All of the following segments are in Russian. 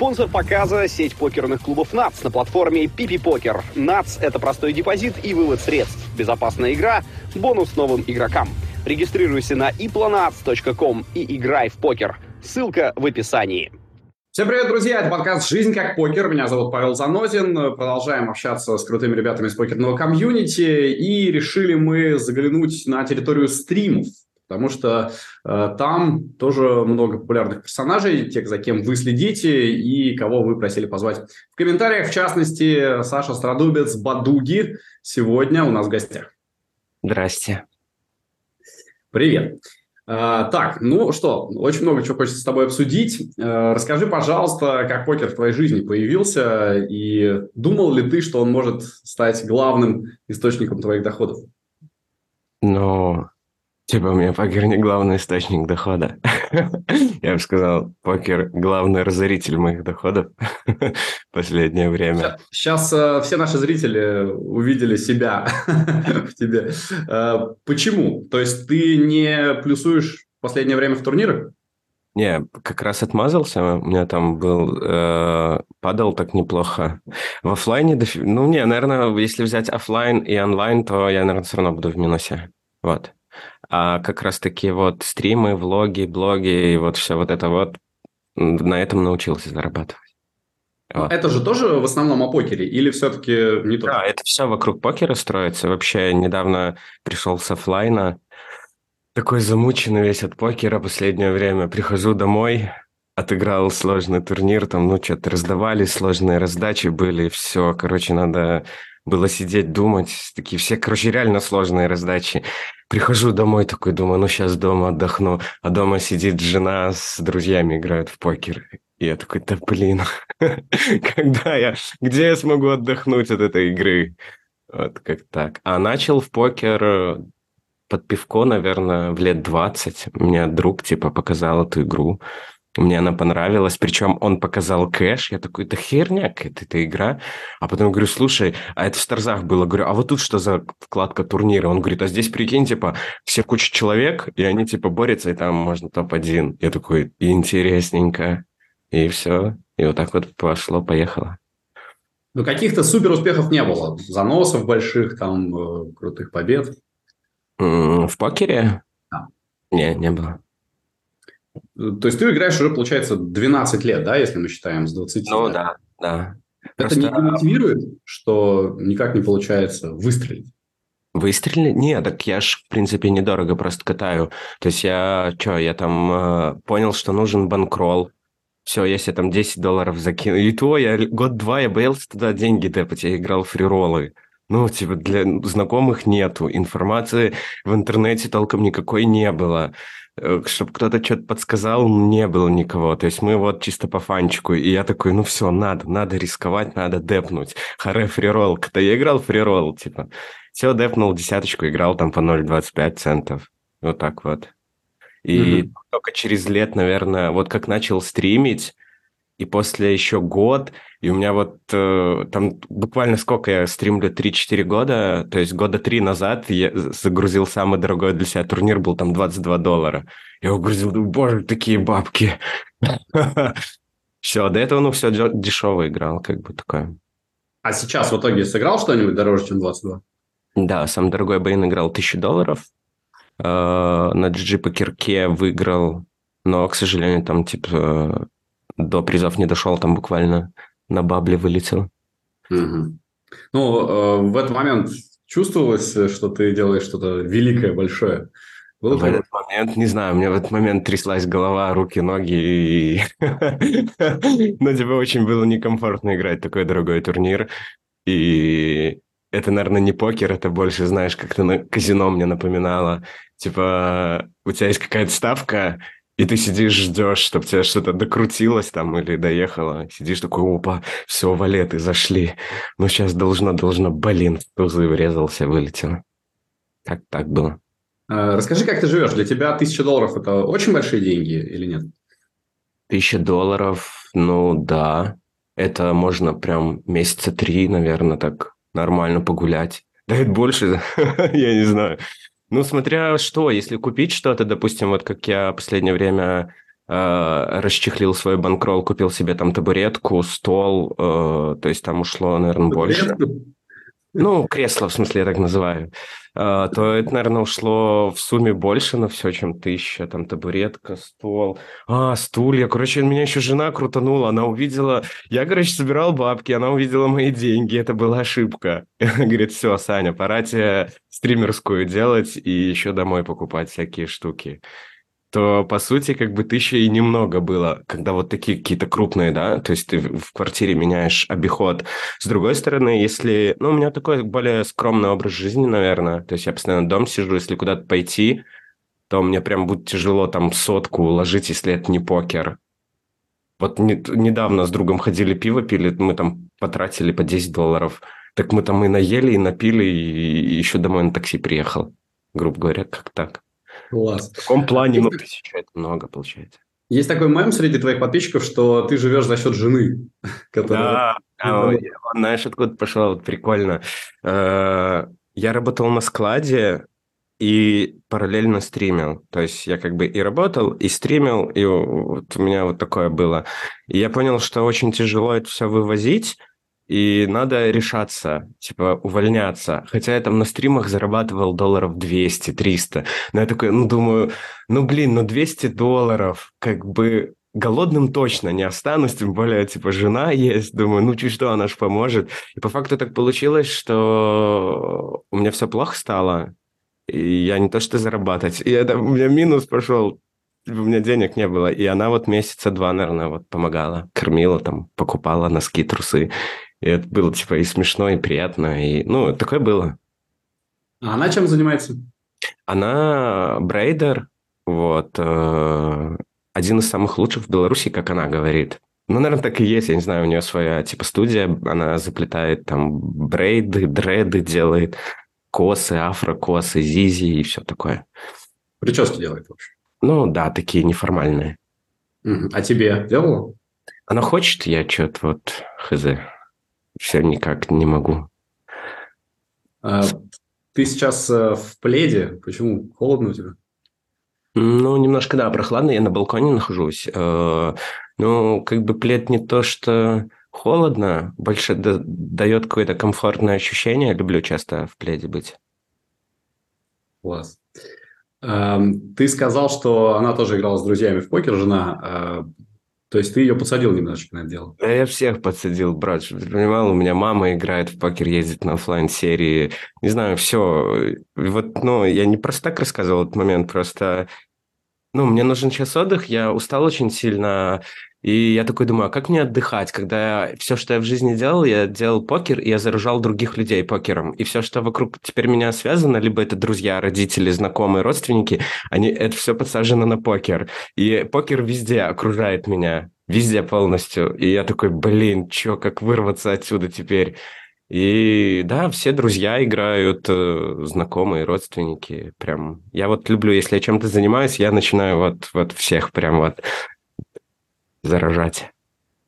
Спонсор показа – сеть покерных клубов НАЦ на платформе PP Poker. НАЦ – это простой депозит и вывод средств, безопасная игра, бонус новым игрокам. Регистрируйся на iplanats.com и играй в покер. Ссылка в описании. Всем привет, друзья! Это подкаст «Жизнь как покер». Меня зовут Павел Занозин. Продолжаем общаться с крутыми ребятами из покерного комьюнити. И решили мы заглянуть на территорию стримов. Потому что там тоже много популярных персонажей, тех, за кем вы следите и кого вы просили позвать в комментариях. В частности, Саша Страдубец, Бадуги, сегодня у нас в гостях. Здрасте. Привет. Так, ну что, очень много чего хочется с тобой обсудить. Расскажи, пожалуйста, как покер в твоей жизни появился и думал ли ты, что он может стать главным источником твоих доходов? Ну, типа у меня покер не главный источник дохода. Я бы сказал, покер главный разоритель моих доходов в последнее время. Сейчас все наши зрители увидели себя в тебе. Почему? То есть ты не плюсуешь в последнее время в турнирах? Не, как раз отмазался, у меня там был, падал так неплохо. В оффлайне, наверное, если взять оффлайн и онлайн, то я, наверное, все равно буду в минусе. Вот. А как раз-таки вот стримы, влоги, блоги и вот все вот это вот, на этом научился зарабатывать. Вот. Это же тоже в основном о покере или все-таки не то? Да, это все вокруг покера строится. Вообще, недавно пришел с оффлайна, такой замученный весь от покера последнее время. Прихожу домой, отыграл сложный турнир, там, что-то раздавали, сложные раздачи были, все, короче, надо было сидеть, думать, такие все, короче, реально сложные раздачи. Прихожу домой, такой, думаю, сейчас дома отдохну, а дома сидит жена с друзьями, играют в покер. И я такой, да блин, где я смогу отдохнуть от этой игры? Вот как так. А начал в покер под пивко, наверное, в лет 20. Мне друг, показал эту игру. Мне она понравилась, причем он показал кэш, я такой, да херня какая-то эта игра. А потом говорю, слушай, а это в Старзах было, говорю, а вот тут что за вкладка турнира? Он говорит, а здесь, прикинь, все куча человек, и они, борются, и там можно топ-1. Я такой, интересненько. И все, и вот так вот пошло-поехало. Ну, каких-то супер успехов не было, заносов больших, там, крутых побед. В покере? Да. Не было. То есть ты играешь уже, получается, 12 лет, да, если мы считаем с 20? Ну да. Это не демотивирует, что никак не получается выстрелить? Выстрелили? Нет, так я ж, в принципе, недорого просто катаю. То есть я там понял, что нужен банкролл. Все, если там $10 закину. И то я год-два я боялся туда деньги депать, я играл фрироллы. Для знакомых нету. Информации в интернете толком никакой не было. Чтобы кто-то что-то подсказал, не было никого. То есть мы вот чисто по фанчику. И я такой, все, надо рисковать, надо депнуть. Харе фриролл. Когда я играл фриролл, все, депнул десяточку, играл там по 0,25 центов. Вот так вот. И только через лет, наверное, вот как начал стримить, и после еще год, и у меня там буквально сколько я стримлю, 3-4 года, то есть года 3 назад я загрузил самый дорогой для себя турнир, был там $22. Я загрузил, боже, такие бабки. Все, до этого, все дешево играл, такое. А сейчас в итоге сыграл что-нибудь дороже, чем 22? Да, самый дорогой бейн играл $1000. На GG по кирке выиграл, но, к сожалению, там, до призов не дошел, там буквально на бабле вылетел. Угу. В этот момент чувствовалось, что ты делаешь что-то великое, большое? В этот момент, не знаю, у меня в этот момент тряслась голова, руки, ноги. Но очень было некомфортно играть такой дорогой турнир. И это, наверное, не покер, это больше, знаешь, как-то на казино мне напоминало. У тебя есть какая-то ставка, и ты сидишь, ждешь, чтобы тебе что-то докрутилось там или доехало. Сидишь такой, опа, все, валеты зашли. Сейчас должно, блин, в тузы врезался, вылетело. Как так было? Расскажи, как ты живешь? Для тебя $1000 – это очень большие деньги или нет? $1000, да. Это можно прям месяца 3, наверное, так нормально погулять. Да это больше, я не знаю. Смотря что, если купить что-то, допустим, вот как я в последнее время расчехлил свой банкролл, купил себе там табуретку, стол, то есть там ушло, наверное, больше. Ну, кресло, в смысле, я так называю. То это, наверное, ушло в сумме больше на все, чем 1000. Там табуретка, стол. Стулья. Короче, меня еще жена крутанула. Она увидела... Я, короче, собирал бабки, она увидела мои деньги. Это была ошибка. Она говорит, все, Саня, пора тебе стримерскую делать и еще домой покупать всякие штуки. То, по сути, как бы 1000 и немного было, когда вот такие какие-то крупные, да, то есть ты в квартире меняешь обиход. С другой стороны, если... Ну, у меня такой более скромный образ жизни, наверное, то есть я постоянно дома сижу, если куда-то пойти, то мне прям будет тяжело там 100 уложить, если это не покер. Вот недавно с другом ходили, пиво пили, мы там потратили по $10. Так мы там и наели, и напили, и еще домой на такси приехал. Грубо говоря, как так. Класс. В таком плане, 1000 это много получается. Есть такой мем среди твоих подписчиков, что ты живешь за счет жены, которая... Да, знаешь, откуда пошло, вот прикольно. Я работал на складе и параллельно стримил. То есть я как бы и работал, и стримил, и вот у меня вот такое было. И я понял, что очень тяжело это все вывозить, и надо решаться, типа, увольняться. Хотя я там на стримах зарабатывал $200-300. Но я такой, думаю, $200, как бы голодным точно не останусь, тем более, типа, жена есть. Думаю, чуть что, она ж поможет. И по факту так получилось, что у меня все плохо стало, и я не то что зарабатывать. И это у меня минус пошел. У меня денег не было. И она вот месяца 2, наверное, вот помогала. Кормила там, покупала носки, трусы. И это было, типа, и смешно, и приятно. И, такое было. А она чем занимается? Она брейдер. Вот. Один из самых лучших в Беларуси, как она говорит. Наверное, так и есть. Я не знаю, у нее своя, типа, студия. Она заплетает там брейды, дреды делает. Косы, афрокосы, зизи и все такое. Прически делает, в общем. Да, такие неформальные. А тебе делала? Она хочет, я что-то вот хз. Все никак не могу. Ты сейчас в пледе. Почему? Холодно у тебя? Немножко, да, прохладно. Я на балконе нахожусь. Как бы плед не то, что холодно, больше дает какое-то комфортное ощущение. Люблю часто в пледе быть. Класс. Ты сказал, что она тоже играла с друзьями в покер, жена. То есть ты ее подсадил немножечко на это дело? Да я всех подсадил, брат. Ты понимал, у меня мама играет в покер, ездит на оффлайн-серии. Не знаю, все. Вот, я не просто так рассказывал этот момент, просто... мне нужен час отдых, я устал очень сильно, и я такой думаю, а как мне отдыхать, когда все, что я в жизни делал, я делал покер, и я заражал других людей покером, и все, что вокруг теперь меня связано, либо это друзья, родители, знакомые, родственники, это все подсажено на покер, и покер везде окружает меня, везде полностью, и я такой, как вырваться отсюда теперь? И да, все друзья играют, знакомые, родственники. Прям. Я вот люблю, если я чем-то занимаюсь, я начинаю вот всех прям вот заражать.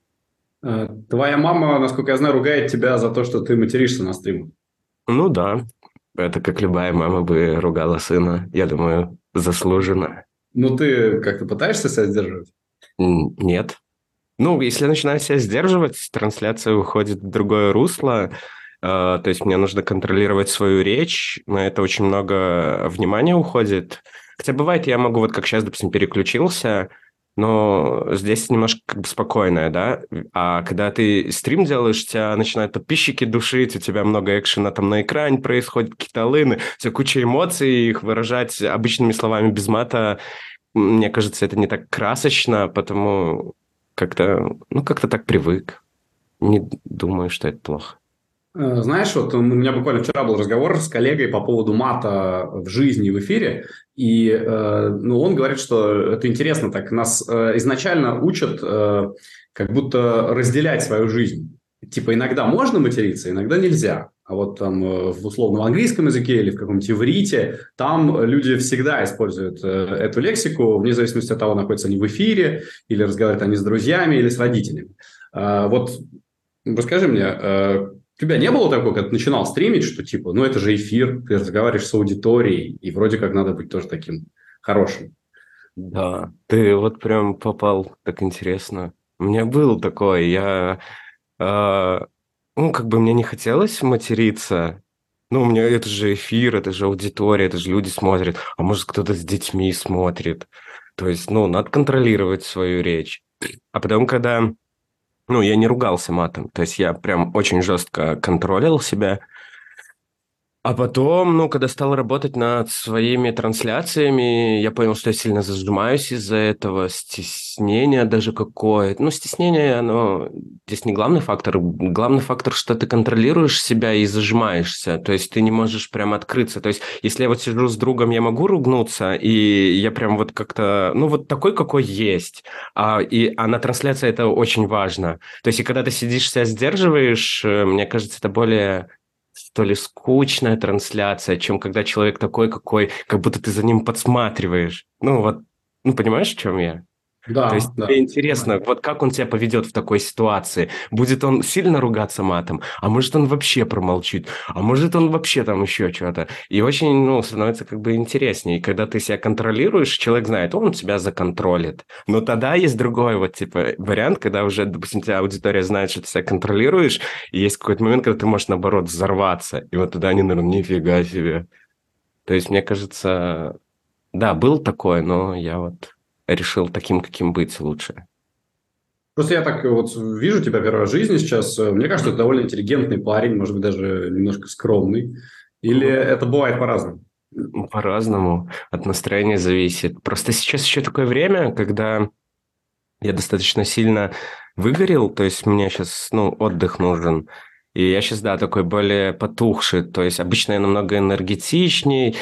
Твоя мама, насколько я знаю, ругает тебя за то, что ты материшься на стримах. Да, это как любая мама бы ругала сына. Я думаю, заслуженно. Ты как-то пытаешься себя сдерживать? Нет. Если я начинаю себя сдерживать, трансляция уходит в другое русло. То есть мне нужно контролировать свою речь, на это очень много внимания уходит. Хотя бывает, я могу, вот как сейчас, допустим, переключился, но здесь немножко как бы спокойное, да? А когда ты стрим делаешь, тебя начинают подписчики душить, у тебя много экшена там на экране происходит, какие-то лыны, у тебя куча эмоций, их выражать обычными словами без мата, мне кажется, это не так красочно, потому как-то так привык. Не думаю, что это плохо. Знаешь, вот у меня буквально вчера был разговор с коллегой по поводу мата в жизни и в эфире, и он говорит, что это интересно, так нас изначально учат как будто разделять свою жизнь. Типа иногда можно материться, иногда нельзя. А вот там в условном английском языке или в каком-нибудь иврите, там люди всегда используют эту лексику, вне зависимости от того, находятся они в эфире, или разговаривают они с друзьями, или с родителями. Вот расскажи мне, у тебя не было такого, когда ты начинал стримить, что типа, это же эфир, ты разговариваешь с аудиторией, и вроде как надо быть тоже таким хорошим? Да, ты вот прям попал, так интересно. У меня был такой, э, ну, как бы мне не хотелось материться. Ну, у меня это же эфир, это же аудитория, это же люди смотрят, а может кто-то с детьми смотрит. То есть, ну, надо контролировать свою речь. А потом, когда, ну, я не ругался матом, то есть я прям очень жестко контролил себя. А потом, ну, когда стал работать над своими трансляциями, я понял, что я сильно зажимаюсь из-за этого, стеснение даже какое-то. Ну, стеснение, оно здесь не главный фактор. Главный фактор, что ты контролируешь себя и зажимаешься. То есть ты не можешь прям открыться. То есть если я вот сижу с другом, я могу ругнуться, и я прям вот как-то, ну, вот такой, какой есть. А на трансляции это очень важно. То есть и когда ты сидишь, себя сдерживаешь, мне кажется, это более то ли скучная трансляция, чем когда человек такой, какой, как будто ты за ним подсматриваешь. Ну вот, ну понимаешь, в чем я? То есть Да, мне да. интересно, вот как он себя поведет в такой ситуации. Будет он сильно ругаться матом, а может он вообще промолчит, а может он вообще там еще что-то. И очень, ну, становится как бы интереснее. И когда ты себя контролируешь, человек знает, он тебя законтролит. Но тогда есть другой вот типа вариант, когда уже, допустим, тебя аудитория знает, что ты себя контролируешь, и есть какой-то момент, когда ты можешь, наоборот, взорваться. И вот тогда они, наверное, нифига себе. То есть, мне кажется, да, был такое, но я вот решил таким, каким быть лучше. Просто я так вот вижу тебя первый раз в жизни сейчас. Мне кажется, ты довольно интеллигентный парень, может быть, даже немножко скромный. Или Ну, это бывает по-разному? по-разному. От настроения зависит. Просто сейчас еще такое время, когда я достаточно сильно выгорел, то есть мне сейчас, ну, отдых нужен. И я сейчас, да, такой более потухший. То есть обычно я намного энергетичней,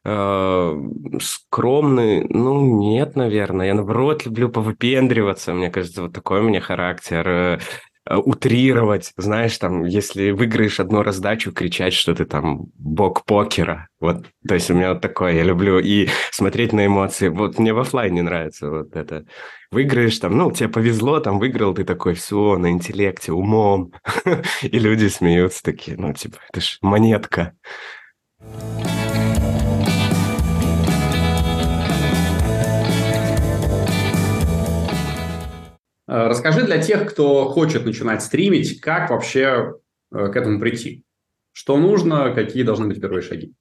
э, скромный. Ну, нет, наверное. Я, наоборот, люблю повыпендриваться. Мне кажется, вот такой у меня характер. Утрировать. Знаешь, там, если выиграешь одну раздачу, кричать, что ты там бог покера. Вот, то есть у меня вот такое. Я люблю и смотреть на эмоции. Вот мне в оффлайне нравится вот это. Выиграешь там, ну, тебе повезло, там выиграл, ты такой, все, на интеллекте, умом. И люди смеются такие, ну, типа, это ж монетка. Расскажи для тех, кто хочет начинать стримить, как вообще к этому прийти? Что нужно, какие должны быть первые шаги?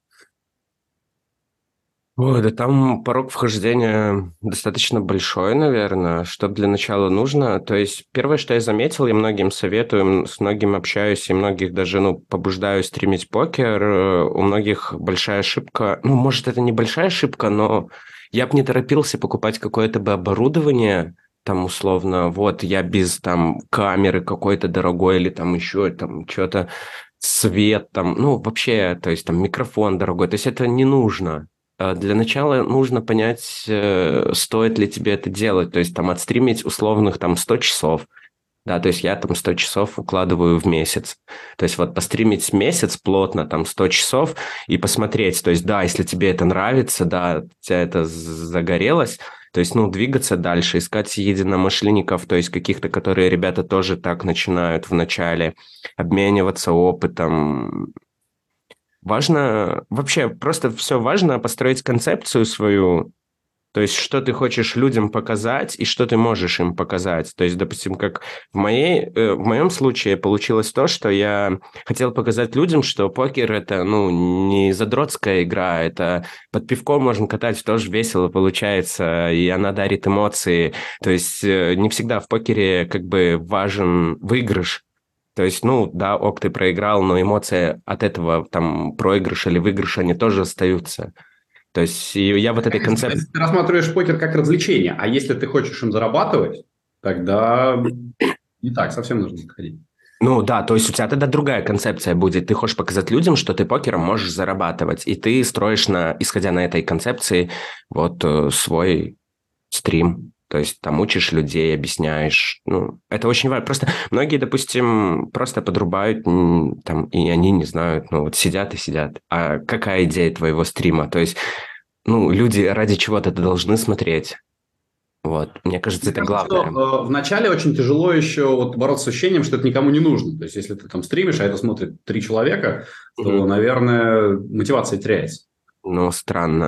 Ой, да там порог вхождения достаточно большой, наверное. Что для начала нужно? То есть первое, что я заметил, я многим советую, с многим общаюсь, и многих даже, ну, побуждаю стримить покер. У многих большая ошибка. Ну, может, это не большая ошибка, но я бы не торопился покупать какое-то бы оборудование, там, условно, вот, я без, там, камеры какой-то дорогой или там еще, там, что-то, свет, там, ну, вообще, то есть, там, микрофон дорогой. То есть это не нужно. Для начала нужно понять, стоит ли тебе это делать. То есть там отстримить условных там 100 часов. Да, то есть я там 100 часов укладываю в месяц. То есть вот постримить месяц плотно, там 100 часов и посмотреть. То есть да, если тебе это нравится, да, у тебя это загорелось, то есть, ну, двигаться дальше, искать единомышленников, то есть каких-то, которые ребята тоже так начинают в начале, обмениваться опытом. Важно, вообще просто все важно построить концепцию свою, то есть что ты хочешь людям показать и что ты можешь им показать. То есть, допустим, как в моем случае получилось то, что я хотел показать людям, что покер это, ну, не задротская игра, это под пивком можно катать, тоже весело получается, и она дарит эмоции. То есть не всегда в покере как бы важен выигрыш. То есть, ну, да, ок, ты проиграл, но эмоции от этого, там, проигрыша или выигрыша, они тоже остаются. То есть, и я вот этой Конечно, концепции... если ты рассматриваешь покер как развлечение, а если ты хочешь им зарабатывать, тогда не так совсем нужно подходить. Ну да, то есть у тебя тогда другая концепция будет. Ты хочешь показать людям, что ты покером можешь зарабатывать, и ты строишь, исходя на этой концепции, вот свой стрим. То есть там учишь людей, объясняешь. Ну, это очень важно. Просто многие, допустим, просто подрубают там, и они не знают, ну вот сидят и сидят. А какая идея твоего стрима? То есть, ну, люди ради чего-то это должны смотреть. Вот, мне кажется, Мне это кажется, главное. что вначале очень тяжело еще вот бороться с ощущением, что это никому не нужно. То есть, если ты там стримишь, а это смотрит 3 человека, то, Мгм. наверное, мотивация теряется. Ну, странно.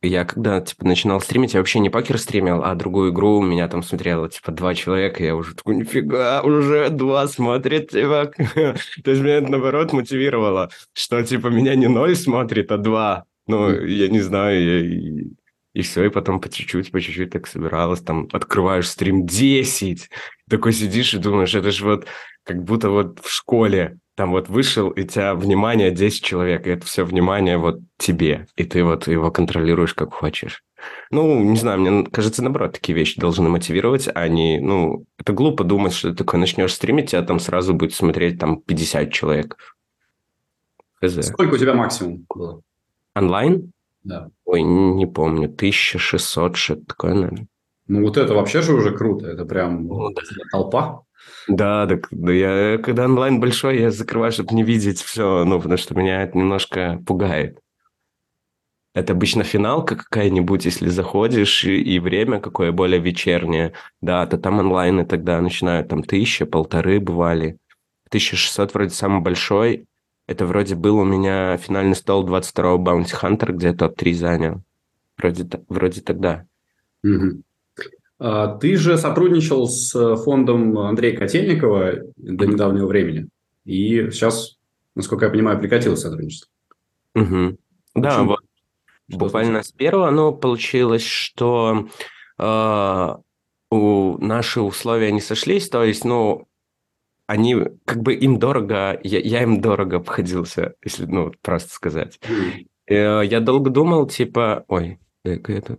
Я когда, типа, начинал стримить, я вообще не покер стримил, а другую игру, меня там смотрело, типа, 2 человека, и я уже такой, нифига, уже 2 смотрит, типа. То есть меня это, наоборот, мотивировало, что, типа, меня не 0 смотрит, а 2. Ну, я не знаю, и все, и потом по чуть-чуть так собиралось, там, открываешь стрим 10, такой сидишь и думаешь, это же вот как будто вот в школе, там вот вышел, и у тебя внимание 10 человек, и это все внимание вот тебе, и ты вот его контролируешь как хочешь. Ну, не знаю, мне кажется, наоборот, такие вещи должны мотивировать, а не, ну, это глупо думать, что ты такой начнешь стримить, а там сразу будет смотреть там 50 человек. Хз. Сколько у тебя максимум было? Онлайн? Да. Ой, не помню, 1600, что-то такое, наверное. Ну, вот это вообще же уже круто. Это прям Ну, да. толпа. Да, так, да, я, когда онлайн большой, я закрываю, чтобы не видеть все, ну, потому что меня это немножко пугает. Это обычно финалка какая-нибудь, если заходишь, и время какое более вечернее. Да, то там онлайн, и тогда начинают там 1000, 1500 бывали. 1600 вроде самый большой. Это вроде был у меня финальный стол 22-го Bounty Hunter, где я топ-3 занял. Вроде тогда. Мгм. Ты же сотрудничал с фондом Андрея Котельникова до недавнего времени. И сейчас, насколько я понимаю, прекратилось сотрудничество. Мгм. Да, Почему? вот Что буквально случилось? с первого, ну, получилось, что наши условия не сошлись, то есть, ну, они, как бы им дорого, я им дорого обходился, если, ну, просто сказать. Мгм. Я долго думал, типа, ой, дай-ка это...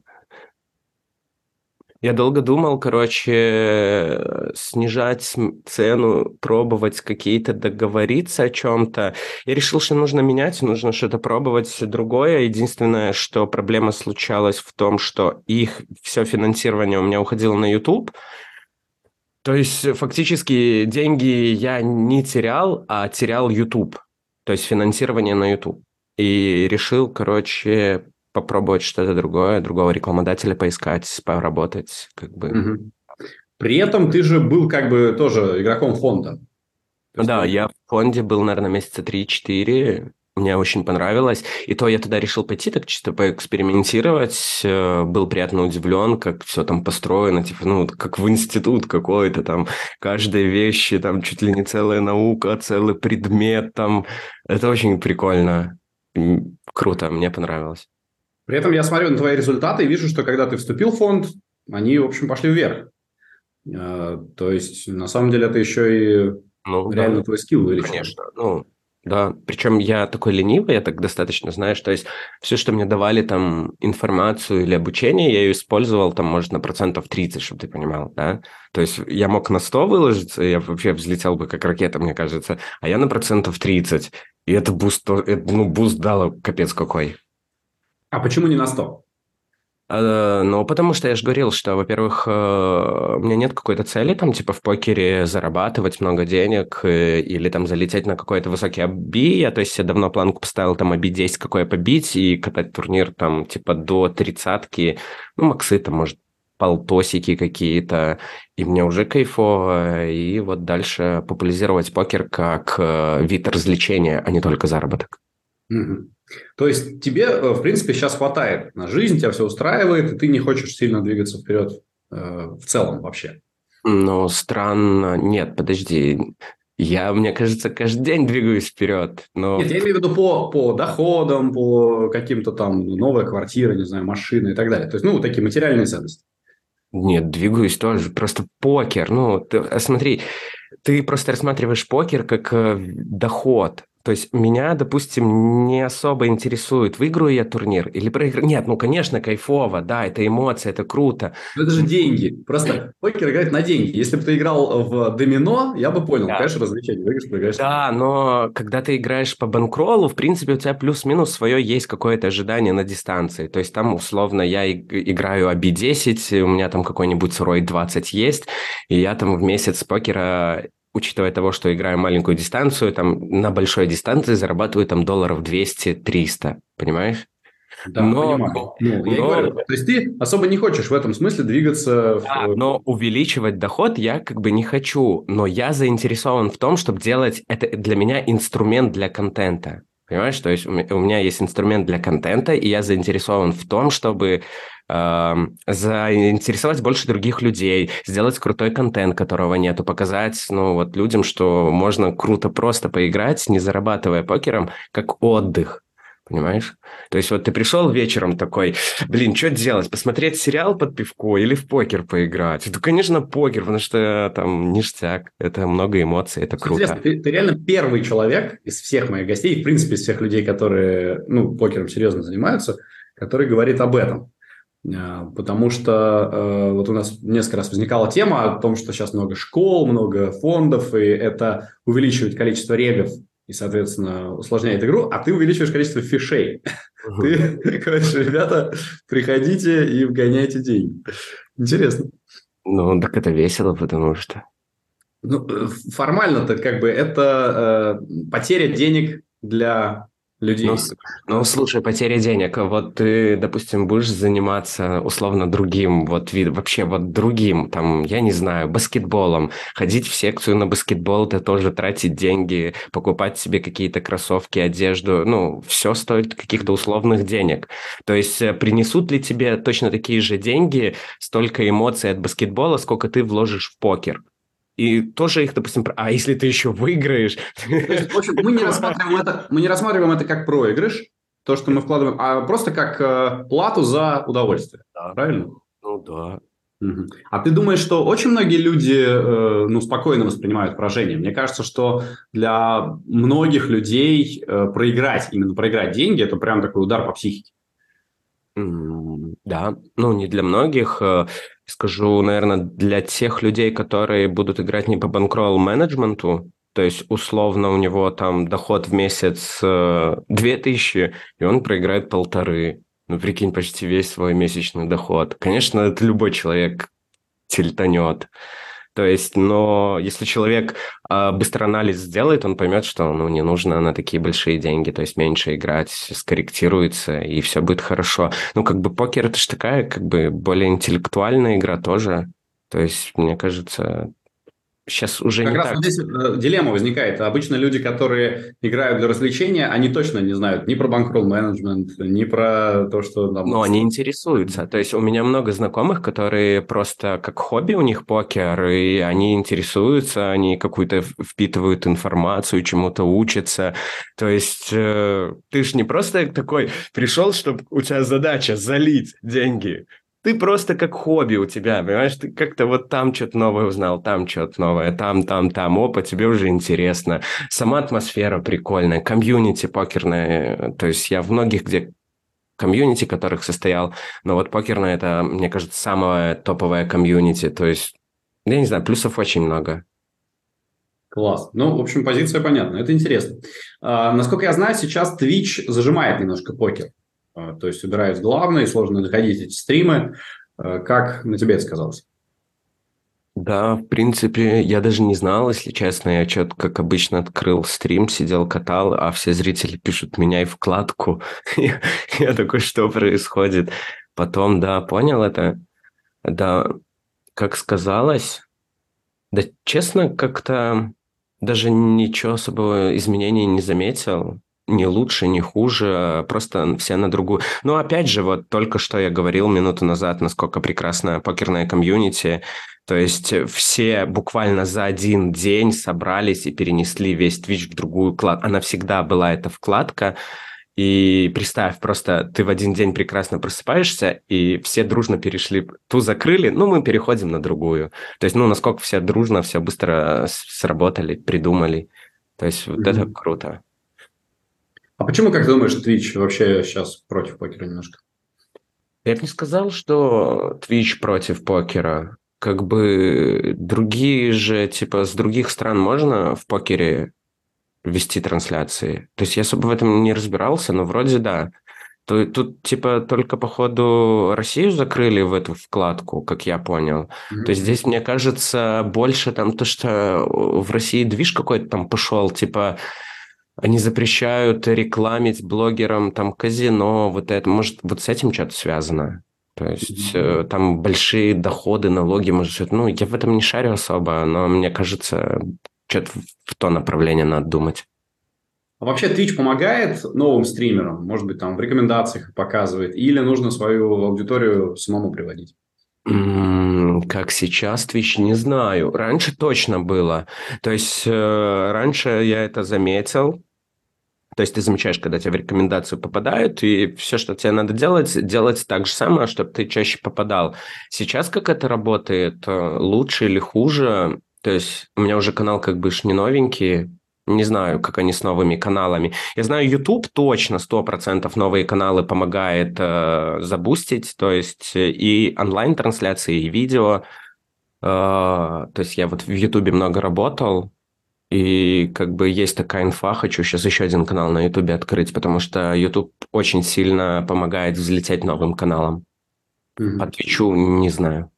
Я долго думал, короче, снижать цену, пробовать какие-то, договориться о чем-то. Я решил, что нужно менять, нужно что-то пробовать другое. Единственное, что проблема случалась в том, что их все финансирование у меня уходило на YouTube. То есть фактически деньги я не терял, а терял YouTube. То есть финансирование на YouTube. И решил, короче, попробовать что-то другое, другого рекламодателя поискать, поработать, как бы. Мгм. При этом ты же был как бы тоже игроком фонда. То есть Да, я в фонде был, наверное, месяца 3-4. Мне очень понравилось. И то я туда решил пойти, так чисто поэкспериментировать. Был приятно удивлен, как все там построено. Типа, ну, как в институт какой-то. Там каждой вещи, там чуть ли не целая наука, целый предмет. Там. Это очень прикольно. Круто, мне понравилось. При этом я смотрю на твои результаты и вижу, что когда ты вступил в фонд, они, в общем, пошли вверх. То есть, на самом деле, это еще и Ну, реально да. твой скилл увеличил. Конечно, ну, да. Причем я такой ленивый, я так достаточно, знаешь, то есть все, что мне давали там информацию или обучение, я ее использовал там, может, на процентов 30, чтобы ты понимал, да. То есть я мог на 100 выложиться, я вообще взлетел бы как ракета, мне кажется, а я на процентов 30. И это буст, ну, буст дало капец какой. А почему не на 100? Ну, потому что я же говорил, что, во-первых, у меня нет какой-то цели, там, типа, в покере зарабатывать много денег или там залететь на какой-то высокий оби. Я, то есть, я давно планку поставил, там, оби 10 какое побить и катать турнир, там, типа, до 30-ки. Ну, максы, там, может, полтосики какие-то. И мне уже кайфово. И вот дальше популяризировать покер как вид развлечения, а не только заработок. Мгм. То есть тебе, в принципе, сейчас хватает на жизнь, тебя все устраивает, и ты не хочешь сильно двигаться вперед в целом вообще. Ну, странно. Нет, подожди. Я, мне кажется, каждый день двигаюсь вперед. Но Нет, я имею в виду по доходам, по каким-то там новая квартира, не знаю, машина и так далее. То есть, ну, такие материальные ценности. нет, двигаюсь тоже. Просто покер. Ну, смотри, ты просто рассматриваешь покер как доход. То есть меня, допустим, не особо интересует, выиграю я турнир или проиграю. Нет, ну, конечно, кайфово, да, это эмоции, это круто. Но это же деньги. Просто покер играет на деньги. Если бы ты играл в домино, я бы понял. Да. Конечно, развлечение. Выиграешь, проиграешь. Да, но когда ты играешь по банкролу, в принципе, у тебя плюс-минус свое есть какое-то ожидание на дистанции. То есть там, условно, я играю AB10, у меня там какой-нибудь сырой 20 есть, и я там в месяц покера, учитывая того, что играю маленькую дистанцию, там на большой дистанции зарабатываю там долларов 200-300, понимаешь? Да, Но, понимаю. Ну, я и говорю. но То есть ты особо не хочешь в этом смысле двигаться Да, но увеличивать доход я как бы не хочу, но я заинтересован в том, чтобы делать это для меня инструмент для контента. Понимаешь, то есть у меня есть инструмент для контента, и я заинтересован в том, чтобы заинтересовать больше других людей, сделать крутой контент, которого нету, показать, ну, вот людям, что можно круто просто поиграть, не зарабатывая покером, как отдых. Понимаешь? То есть вот ты пришел вечером такой, блин, что делать? Посмотреть сериал под пивко или в покер поиграть? Да, конечно, покер, потому что там ништяк, это много эмоций, это Интересно, круто. ты реально первый человек из всех моих гостей, в принципе, из всех людей, которые, ну, покером серьезно занимаются, который говорит об этом. Потому что вот у нас несколько раз возникала тема о том, что сейчас много школ, много фондов, и это увеличивает количество регов и, соответственно, усложняет игру, а ты увеличиваешь количество фишей. Мгм. Ты говоришь, ребята, приходите и вгоняйте деньги. Интересно. Ну, так это весело, потому что... Ну, формально-то как бы это потеря денег для Ну, людей. ну, слушай, потеря денег. Вот ты, допустим, будешь заниматься условно другим, вот вид, вообще вот другим, там, я не знаю, баскетболом. Ходить в секцию на баскетбол, это тоже тратить деньги, покупать себе какие-то кроссовки, одежду. Ну, все стоит каких-то условных денег. То есть принесут ли тебе точно такие же деньги, столько эмоций от баскетбола, сколько ты вложишь в покер? И тоже их, допустим, а если ты еще выиграешь? То есть, в общем, мы не рассматриваем это как проигрыш, то, что мы вкладываем, а просто как плату за удовольствие. Да. Правильно? Ну да. Мгм. А ты думаешь, что очень многие люди ну, спокойно воспринимают поражение? Мне кажется, что для многих людей именно проиграть деньги, это прям такой удар по психике. Да, ну не для многих, скажу, наверное, для тех людей, которые будут играть не по банкролл менеджменту, то есть условно у него там доход в месяц 2000, и он проиграет 1500. Ну, прикинь, почти весь свой месячный доход. Конечно, это любой человек тильтанет. То есть, но если человек быстро анализ сделает, он поймет, что ну, не нужно на такие большие деньги, то есть меньше играть, скорректируется, и все будет хорошо. Ну, как бы покер это же такая, как бы более интеллектуальная игра тоже. То есть, мне кажется, сейчас уже Как не раз так. вот здесь дилемма возникает. Обычно люди, которые играют для развлечения, они точно не знают ни про банкролл менеджмент, ни про то, что там... Но они интересуются. То есть у меня много знакомых, которые просто как хобби у них покер, и они интересуются, они какую-то впитывают информацию, чему-то учатся. То есть ты ж не просто такой пришел, чтобы у тебя задача залить деньги. Ты просто как хобби у тебя, понимаешь? Ты как-то вот там что-то новое узнал, там что-то новое, там. Опа, тебе уже интересно. Сама атмосфера прикольная, комьюнити покерное. То есть я в многих, где комьюнити, которых состоял. Но вот покерное это, мне кажется, самое топовое комьюнити. То есть, я не знаю, плюсов очень много. Класс. Ну, в общем, позиция понятна. Это интересно. Насколько я знаю, сейчас Twitch зажимает немножко покер. То есть убирают главные, сложно находить эти стримы. Как на тебе это сказалось? Да, в принципе, я даже не знал, если честно. Я что-то, как обычно, открыл стрим, сидел, катал, а все зрители пишут «меняй вкладку». Я такой, что происходит? Потом, да, понял это. Да, как сказалось, да, честно, как-то даже ничего особого изменений не заметил. Ни лучше, ни хуже, просто все на другую. Но опять же, вот только что я говорил минуту назад, насколько прекрасная покерная комьюнити. То есть все буквально за один день собрались и перенесли весь Twitch в другую вкладку. Она всегда была, эта вкладка. И представь, просто ты в один день прекрасно просыпаешься, и все дружно перешли, ту закрыли, ну, мы переходим на другую. То есть, ну, насколько все дружно, все быстро сработали, придумали. То есть, вот это Мгм. круто. А почему, как ты думаешь, Twitch вообще сейчас против покера немножко? Я бы не сказал, что Twitch против покера. Как бы другие же, типа, с других стран можно в покере вести трансляции? То есть, я особо в этом не разбирался, но вроде да. Тут, типа, только, походу, Россию закрыли в эту вкладку, как я понял. То есть Мгм. здесь, мне кажется, больше там то, что в России движ какой-то там пошел, типа, они запрещают рекламить блогерам там казино, вот это, может, вот с этим что-то связано? То есть Мгм. там большие доходы, налоги, может, что-то. Ну, я в этом не шарю особо, но мне кажется, что-то в то направление надо думать. А вообще Twitch помогает новым стримерам? Может быть, там в рекомендациях показывает? Или нужно свою аудиторию самому приводить? Как сейчас Twitch, не знаю. Раньше точно было. То есть раньше я это заметил. То есть ты замечаешь, когда тебе в рекомендацию попадают, и все, что тебе надо делать так же самое, чтобы ты чаще попадал. Сейчас как это работает? Лучше или хуже? То есть у меня уже канал как бы ж не новенький. Не знаю, как они с новыми каналами. Я знаю, YouTube точно 100% новые каналы помогает забустить. То есть и онлайн-трансляции, и видео. То есть я вот в YouTube много работал, и как бы есть такая инфа, хочу сейчас еще один канал на Ютубе открыть, потому что Ютуб очень сильно помогает взлететь новым каналам. По Твичу не знаю.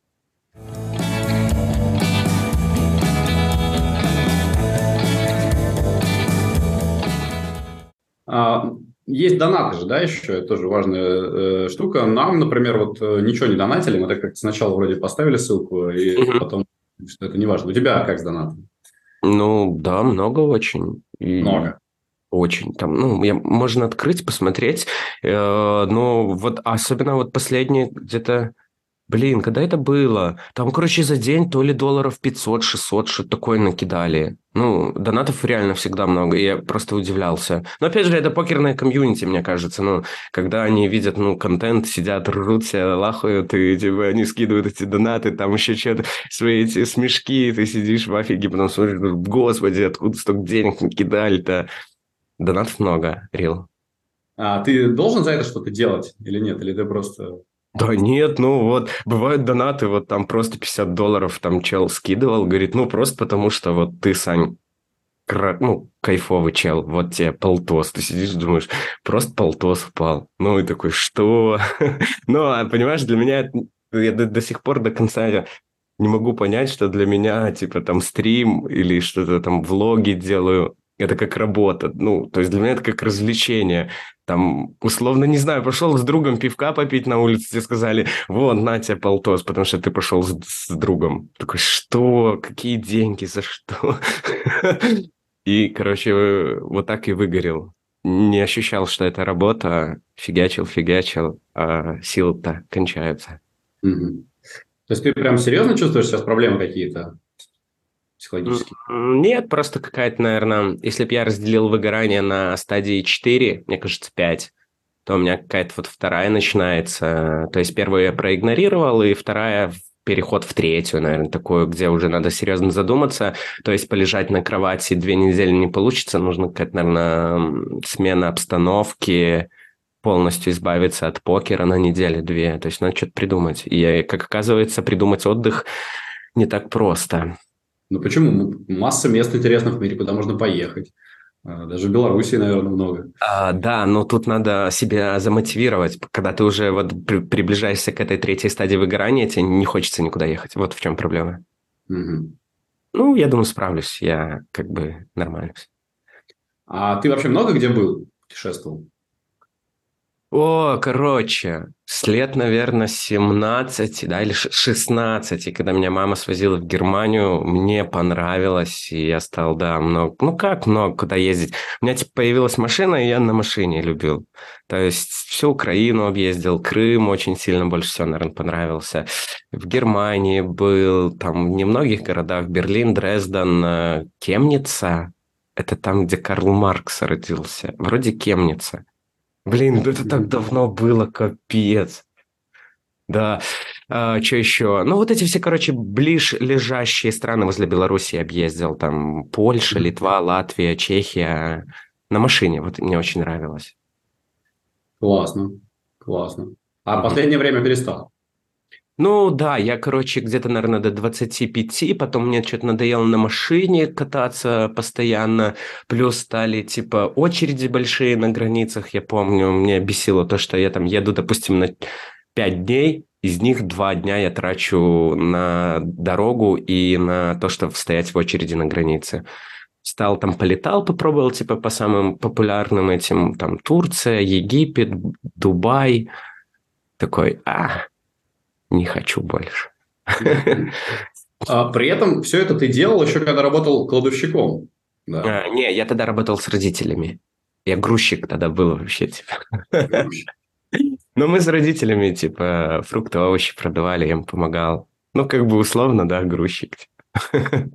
Есть донаты же, да, еще, это тоже важная штука. Нам, например, вот ничего не донатили, мы так как сначала вроде поставили ссылку, и потом, что это не важно. У тебя как с донатом? Ну, да, много очень. Много. Очень. Там, можно открыть, посмотреть. Но вот особенно вот последние где-то... Блин, когда это было? Там, короче, за день то ли долларов 500-600, что-то такое накидали. Ну, донатов реально всегда много, и я просто удивлялся. Но, опять же, это покерная комьюнити, мне кажется. Ну, когда они видят, контент, сидят, ржутся, лахают, и, типа, они скидывают эти донаты, там еще что-то, свои эти смешки, ты сидишь в афиге, потом смотришь, господи, откуда столько денег накидали-то? Донатов много, рил. А ты должен за это что-то делать или нет? Или ты просто... Да нет, вот бывают донаты, вот там просто $50 там чел скидывал, говорит, просто потому что вот ты, Сань, кайфовый чел, вот тебе полтос, ты сидишь, думаешь, просто полтос упал. Ну, и такой, что? Ну, а понимаешь, для меня, я до сих пор до конца не могу понять, что для меня, типа, там, стрим или что-то там, влоги делаю, это как работа. Ну, то есть для меня это как развлечение. Там, условно, не знаю, пошел с другом пивка попить на улице, тебе сказали, вот, на тебе полтос, потому что ты пошел с другом. Такой, что? Какие деньги? За что? И, короче, вот так и выгорел. Не ощущал, что это работа, фигачил, а силы-то кончаются. Мгм. То есть ты прям серьезно чувствуешь сейчас проблемы какие-то психологические? Нет, просто какая-то, наверное, если бы я разделил выгорание на стадии 4, мне кажется, 5, то у меня какая-то вот вторая начинается. То есть первую я проигнорировал, и вторая переход в третью, наверное, такую, где уже надо серьезно задуматься. То есть полежать на кровати 2 недели не получится, нужно какая-то, наверное, смена обстановки, полностью избавиться от покера на неделю-две. То есть надо что-то придумать. И, как оказывается, придумать отдых не так просто. Ну почему? Масса мест интересных в мире, куда можно поехать. Даже в Беларуси, наверное, много. Да, но тут надо себя замотивировать. Когда ты уже вот приближаешься к этой третьей стадии выгорания, тебе не хочется никуда ехать. Вот в чем проблема. Мгм. Ну, я думаю, справлюсь. Я как бы нормально. А ты вообще много где был? Путешествовал? О, короче, с лет, наверное, 17, да, или 16, когда меня мама свозила в Германию, мне понравилось, и я стал, да, много, как много куда ездить. У меня, типа, появилась машина, и я на машине любил. То есть всю Украину объездил, Крым очень сильно больше всего, наверное, понравился. В Германии был, там, в немногих городах, Берлин, Дрезден, Кемница, это там, где Карл Маркс родился, вроде Кемница. Блин, это так давно было, капец. Да, что еще? Ну, вот эти все, короче, ближлежащие страны возле Беларуси объездил. Там Польша, Литва, Латвия, Чехия. На машине, вот мне очень нравилось. Классно, классно. А в Мгм. последнее время перестал? Ну, да, я, короче, где-то, наверное, до 25, потом мне что-то надоело на машине кататься постоянно, плюс стали, типа, очереди большие на границах, я помню, мне бесило то, что я там еду, допустим, на 5 дней, из них 2 дня я трачу на дорогу и на то, чтобы стоять в очереди на границе. Стал там, полетал, попробовал, типа, по самым популярным этим, там, Турция, Египет, Дубай, такой, не хочу больше. При этом все это ты делал еще когда работал кладовщиком. Да. Не, я тогда работал с родителями. Я грузчик тогда был вообще, типа. Грузчик. Но мы с родителями, типа, фрукты, овощи продавали, я им помогал. Ну, как бы условно, да, грузчик. Типа.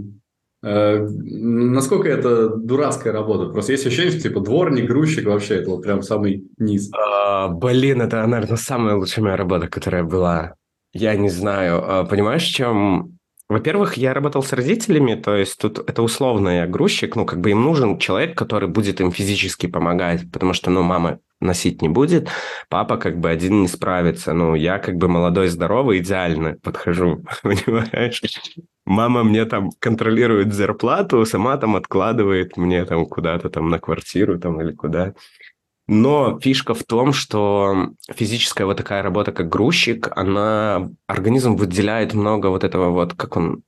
Насколько это дурацкая работа? Просто есть ощущение, что типа дворник, грузчик вообще это вот прям самый низ. Блин, это, наверное, самая лучшая моя работа, которая была. Я не знаю. Понимаешь, в чем? Во-первых, я работал с родителями, то есть тут это условно я грузчик, ну, как бы им нужен человек, который будет им физически помогать, потому что, ну, мама носить не будет, папа как бы один не справится, ну, я как бы молодой, здоровый, идеально подхожу, понимаешь? Мама мне там контролирует зарплату, сама там откладывает мне там куда-то там на квартиру там или куда. Но фишка в том, что физическая вот такая работа, как грузчик, она организм выделяет много вот этого вот, как он,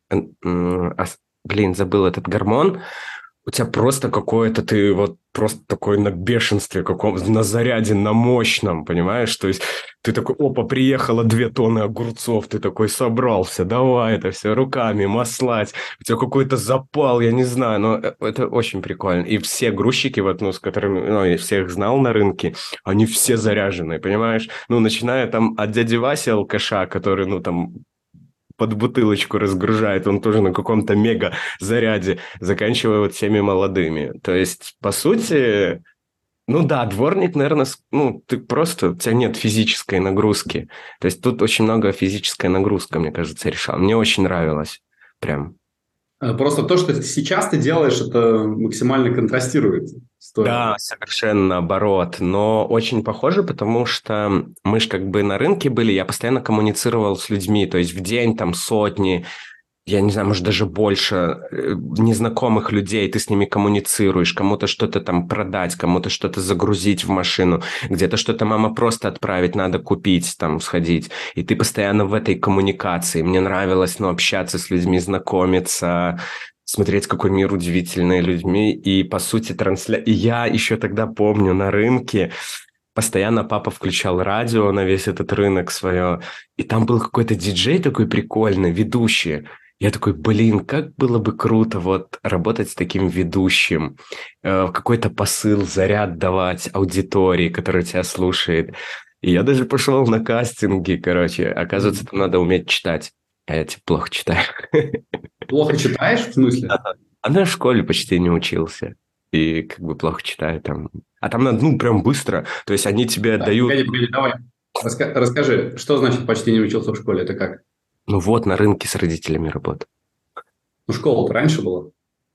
блин, забыл этот гормон, у тебя просто какое-то, ты вот просто такой на бешенстве, каком, на заряде, на мощном, понимаешь? То есть ты такой, опа, приехало 2 тонны огурцов, ты такой собрался, давай это все руками маслать, у тебя какой-то запал, я не знаю, но это очень прикольно. И все грузчики, вот, ну, с которыми, ну, я всех знал на рынке, они все заряженные, понимаешь? Ну, начиная там от дяди Васи алкаша, который, ну, там, под бутылочку разгружает, он тоже на каком-то мега заряде, заканчивая вот всеми молодыми. То есть, по сути, ну да, дворник, наверное, ну, ты просто, у тебя нет физической нагрузки. То есть тут очень много физическая нагрузка, мне кажется, решал. Мне очень нравилось. Прям. Просто то, что сейчас ты делаешь, это максимально контрастирует с той Да, работой. совершенно наоборот, но очень похоже, потому что мы же как бы на рынке были, я постоянно коммуницировал с людьми, то есть в день там сотни, я не знаю, может, даже больше незнакомых людей, ты с ними коммуницируешь, кому-то что-то там продать, кому-то что-то загрузить в машину, где-то что-то мама просто отправить, надо купить, там, сходить. И ты постоянно в этой коммуникации. Мне нравилось, ну, общаться с людьми, знакомиться, смотреть, какой мир удивительный людьми. И, по сути, И я еще тогда помню на рынке, постоянно папа включал радио на весь этот рынок свое, и там был какой-то диджей такой прикольный, ведущий. Я такой, блин, как было бы круто вот работать с таким ведущим, какой-то посыл, заряд давать аудитории, которая тебя слушает. И я даже пошел на кастинги, короче. Оказывается, там надо уметь читать. А я типа плохо читаю. Плохо читаешь, в смысле? А я в школе почти не учился. И как бы плохо читаю там. А там надо, ну, прям быстро. То есть они тебе Так, дают... погоди, давай. Расскажи, что значит почти не учился в школе? Это как? Ну вот, на рынке с родителями работаю. Ну, школа-то раньше была.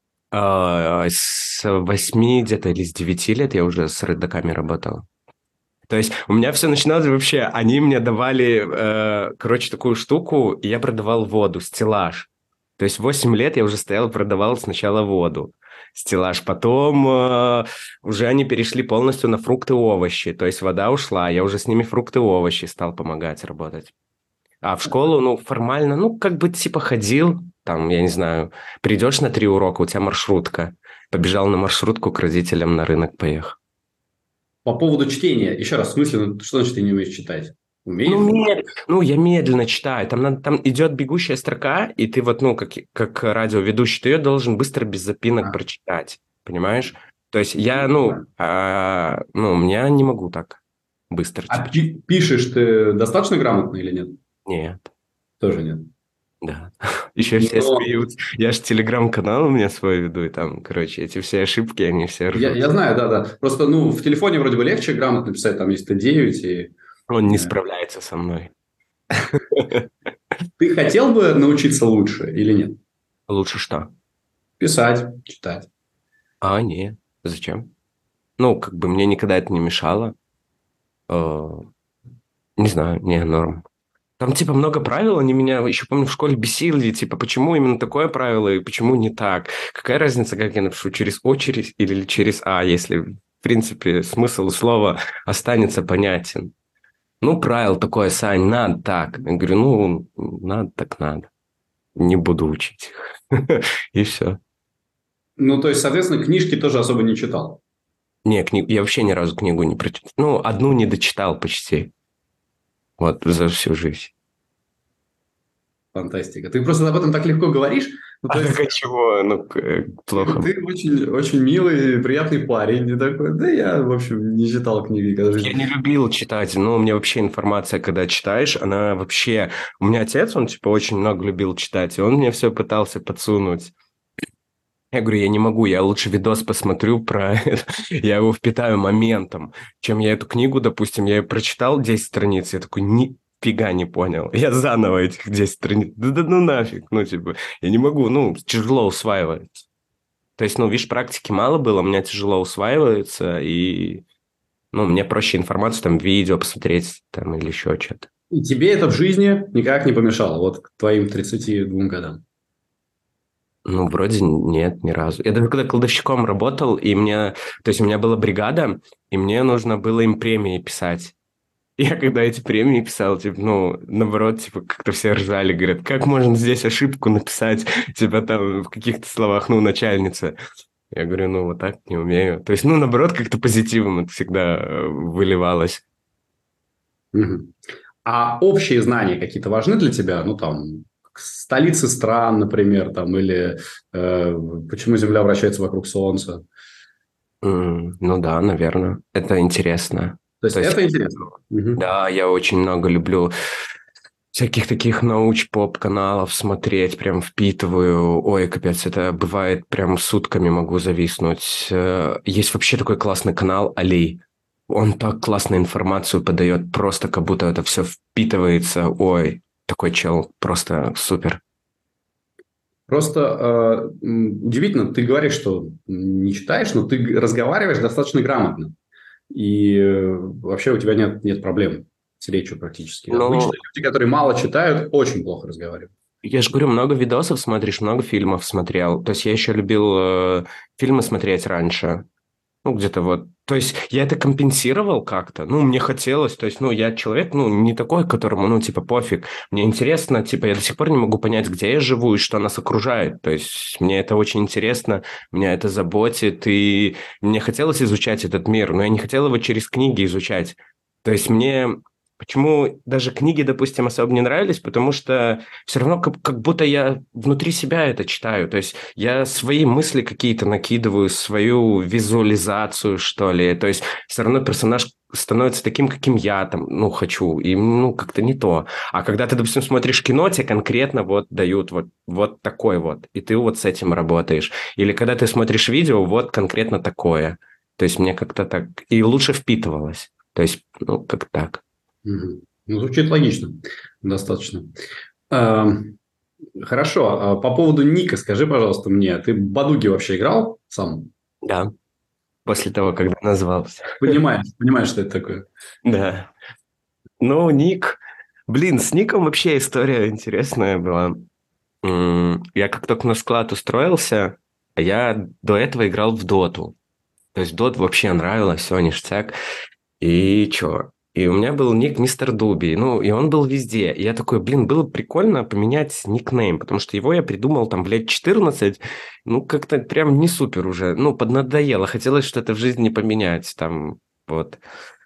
С 8 где-то или с 9 лет я уже с рыдаками работал. То есть у меня все начиналось вообще, они мне давали, короче, такую штуку, и я продавал воду, стеллаж. То есть 8 лет я уже стоял и продавал сначала воду, стеллаж. Потом уже они перешли полностью на фрукты и овощи. То есть вода ушла, я уже с ними фрукты и овощи стал помогать работать. А в школу, ну, формально, ну, как бы типа ходил, там, я не знаю, придешь на 3 урока, у тебя маршрутка. Побежал на маршрутку к родителям на рынок поехал. По поводу чтения. Еще раз, в смысле, ну, что значит ты не умеешь читать? Ну, Умеешь? ну, я медленно читаю. Там идет бегущая строка, и ты вот, ну, как радиоведущий, ты ее должен быстро, без запинок А, прочитать. Понимаешь? То есть я, да. я не могу так быстро, А типа, читать. пишешь ты достаточно грамотно или нет? Нет, Тоже нет. да. Еще все Но смеются. Я же телеграм-канал у меня свой веду, и там, короче, эти все ошибки, они все ржут. я знаю, да. Просто, ну, в телефоне вроде бы легче грамотно писать, там есть Т9 и... Он не э, справляется со мной. Ты хотел бы научиться лучше или нет? Лучше что? Писать, читать. Нет. Зачем? Ну, как бы мне никогда это не мешало. Э, Не знаю, не, норм. Там, типа, много правил, они меня, еще помню, в школе бесили, типа, почему именно такое правило и почему не так? Какая разница, как я напишу, через очередь или через А, если, в принципе, смысл слова останется понятен. Ну, правило такое, Сань, надо так. Я говорю, ну, надо так надо. Не буду учить их. И все. Ну, то есть, соответственно, книжки тоже особо не читал. Не, я вообще ни разу книгу не прочитал. Ну, одну не дочитал почти. Вот, за всю жизнь. Фантастика. Ты просто об этом так легко говоришь, Ну, то А есть так чего? Ну, плохо. ты очень, очень милый, приятный парень. И такой, да я, в общем, не читал книги никогда в Я жизни. не любил читать, но мне вообще информация, когда читаешь, она вообще... У меня отец, он типа очень много любил читать, и он мне все пытался подсунуть. Я говорю, я не могу, я лучше видос посмотрю про это, я его впитаю моментом, чем я эту книгу, допустим, я ее прочитал 10 страниц, я такой, нифига не понял, я заново этих 10 страниц, да ну нафиг, ну типа, я не могу, ну, тяжело усваивается. То есть, ну, видишь, практики мало было, у меня тяжело усваивается, и, ну, мне проще информацию, там, видео посмотреть, там, или еще что-то. И тебе это в жизни никак не помешало, вот к твоим 32 годам. Ну, вроде нет, ни разу. Я даже когда кладовщиком работал, и мне... То есть у меня была бригада, и мне нужно было им премии писать. Я когда эти премии писал, типа, ну, наоборот, типа, как-то все ржали, говорят, как можно здесь ошибку написать, типа, там, в каких-то словах, ну, начальница. Я говорю, ну, вот так не умею. То есть, ну, наоборот, как-то позитивом это всегда выливалось. Мгм. А общие знания какие-то важны для тебя? Ну, там, столицы стран, например, там, или почему Земля вращается вокруг Солнца. Ну да, наверное. Это интересно. То есть То есть, это интересно. Мгм. да, я очень много люблю всяких таких науч-поп-каналов смотреть, прям впитываю. Ой, капец, это бывает прям сутками могу зависнуть. Есть вообще такой классный канал «Алей». Он так классно информацию подает, просто как будто это все впитывается. Ой, такой чел, просто супер. Просто удивительно, ты говоришь, что не читаешь, но ты разговариваешь достаточно грамотно. И вообще у тебя нет проблем с речью практически. Ну, Обычно люди, которые мало читают, очень плохо разговаривают. я же говорю, много видосов смотришь, много фильмов смотрел. То есть я еще любил фильмы смотреть раньше. Ну, где-то вот. То есть я это компенсировал как-то. Ну, мне хотелось. То есть, ну, я человек, ну, не такой, которому, ну, типа, пофиг. Мне интересно, типа, я до сих пор не могу понять, где я живу и что нас окружает. То есть мне это очень интересно, меня это заботит, и мне хотелось изучать этот мир, но я не хотел его через книги изучать. То есть мне... Почему даже книги, допустим, особо не нравились? Потому что все равно как будто я внутри себя это читаю. То есть я свои мысли какие-то накидываю, свою визуализацию, что ли. То есть все равно персонаж становится таким, каким я там, ну, хочу. И, ну, как-то не то. А когда ты, допустим, смотришь кино, тебе конкретно вот дают вот такой вот. И ты вот с этим работаешь. Или когда ты смотришь видео, вот конкретно такое. То есть мне как-то так... И лучше впитывалось. То есть, ну, как так. Мгм. Ну, звучит логично, достаточно. Эм, Хорошо, а по поводу ника скажи, пожалуйста, мне, ты в Бадуги вообще играл сам? Да, после того, когда назвался. Понимаешь, что это такое? Да. Ну, ник... Блин, с ником вообще история интересная была. Я как только на склад устроился, я до этого играл в доту. То есть дот вообще нравилось, все ништяк. И чё? И у меня был ник Мистер Дуби, ну, и он был везде. И я такой, блин, было прикольно поменять никнейм, потому что его я придумал там в лет 14, ну, как-то прям не супер уже, ну, поднадоело, хотелось что-то в жизни поменять, там, вот.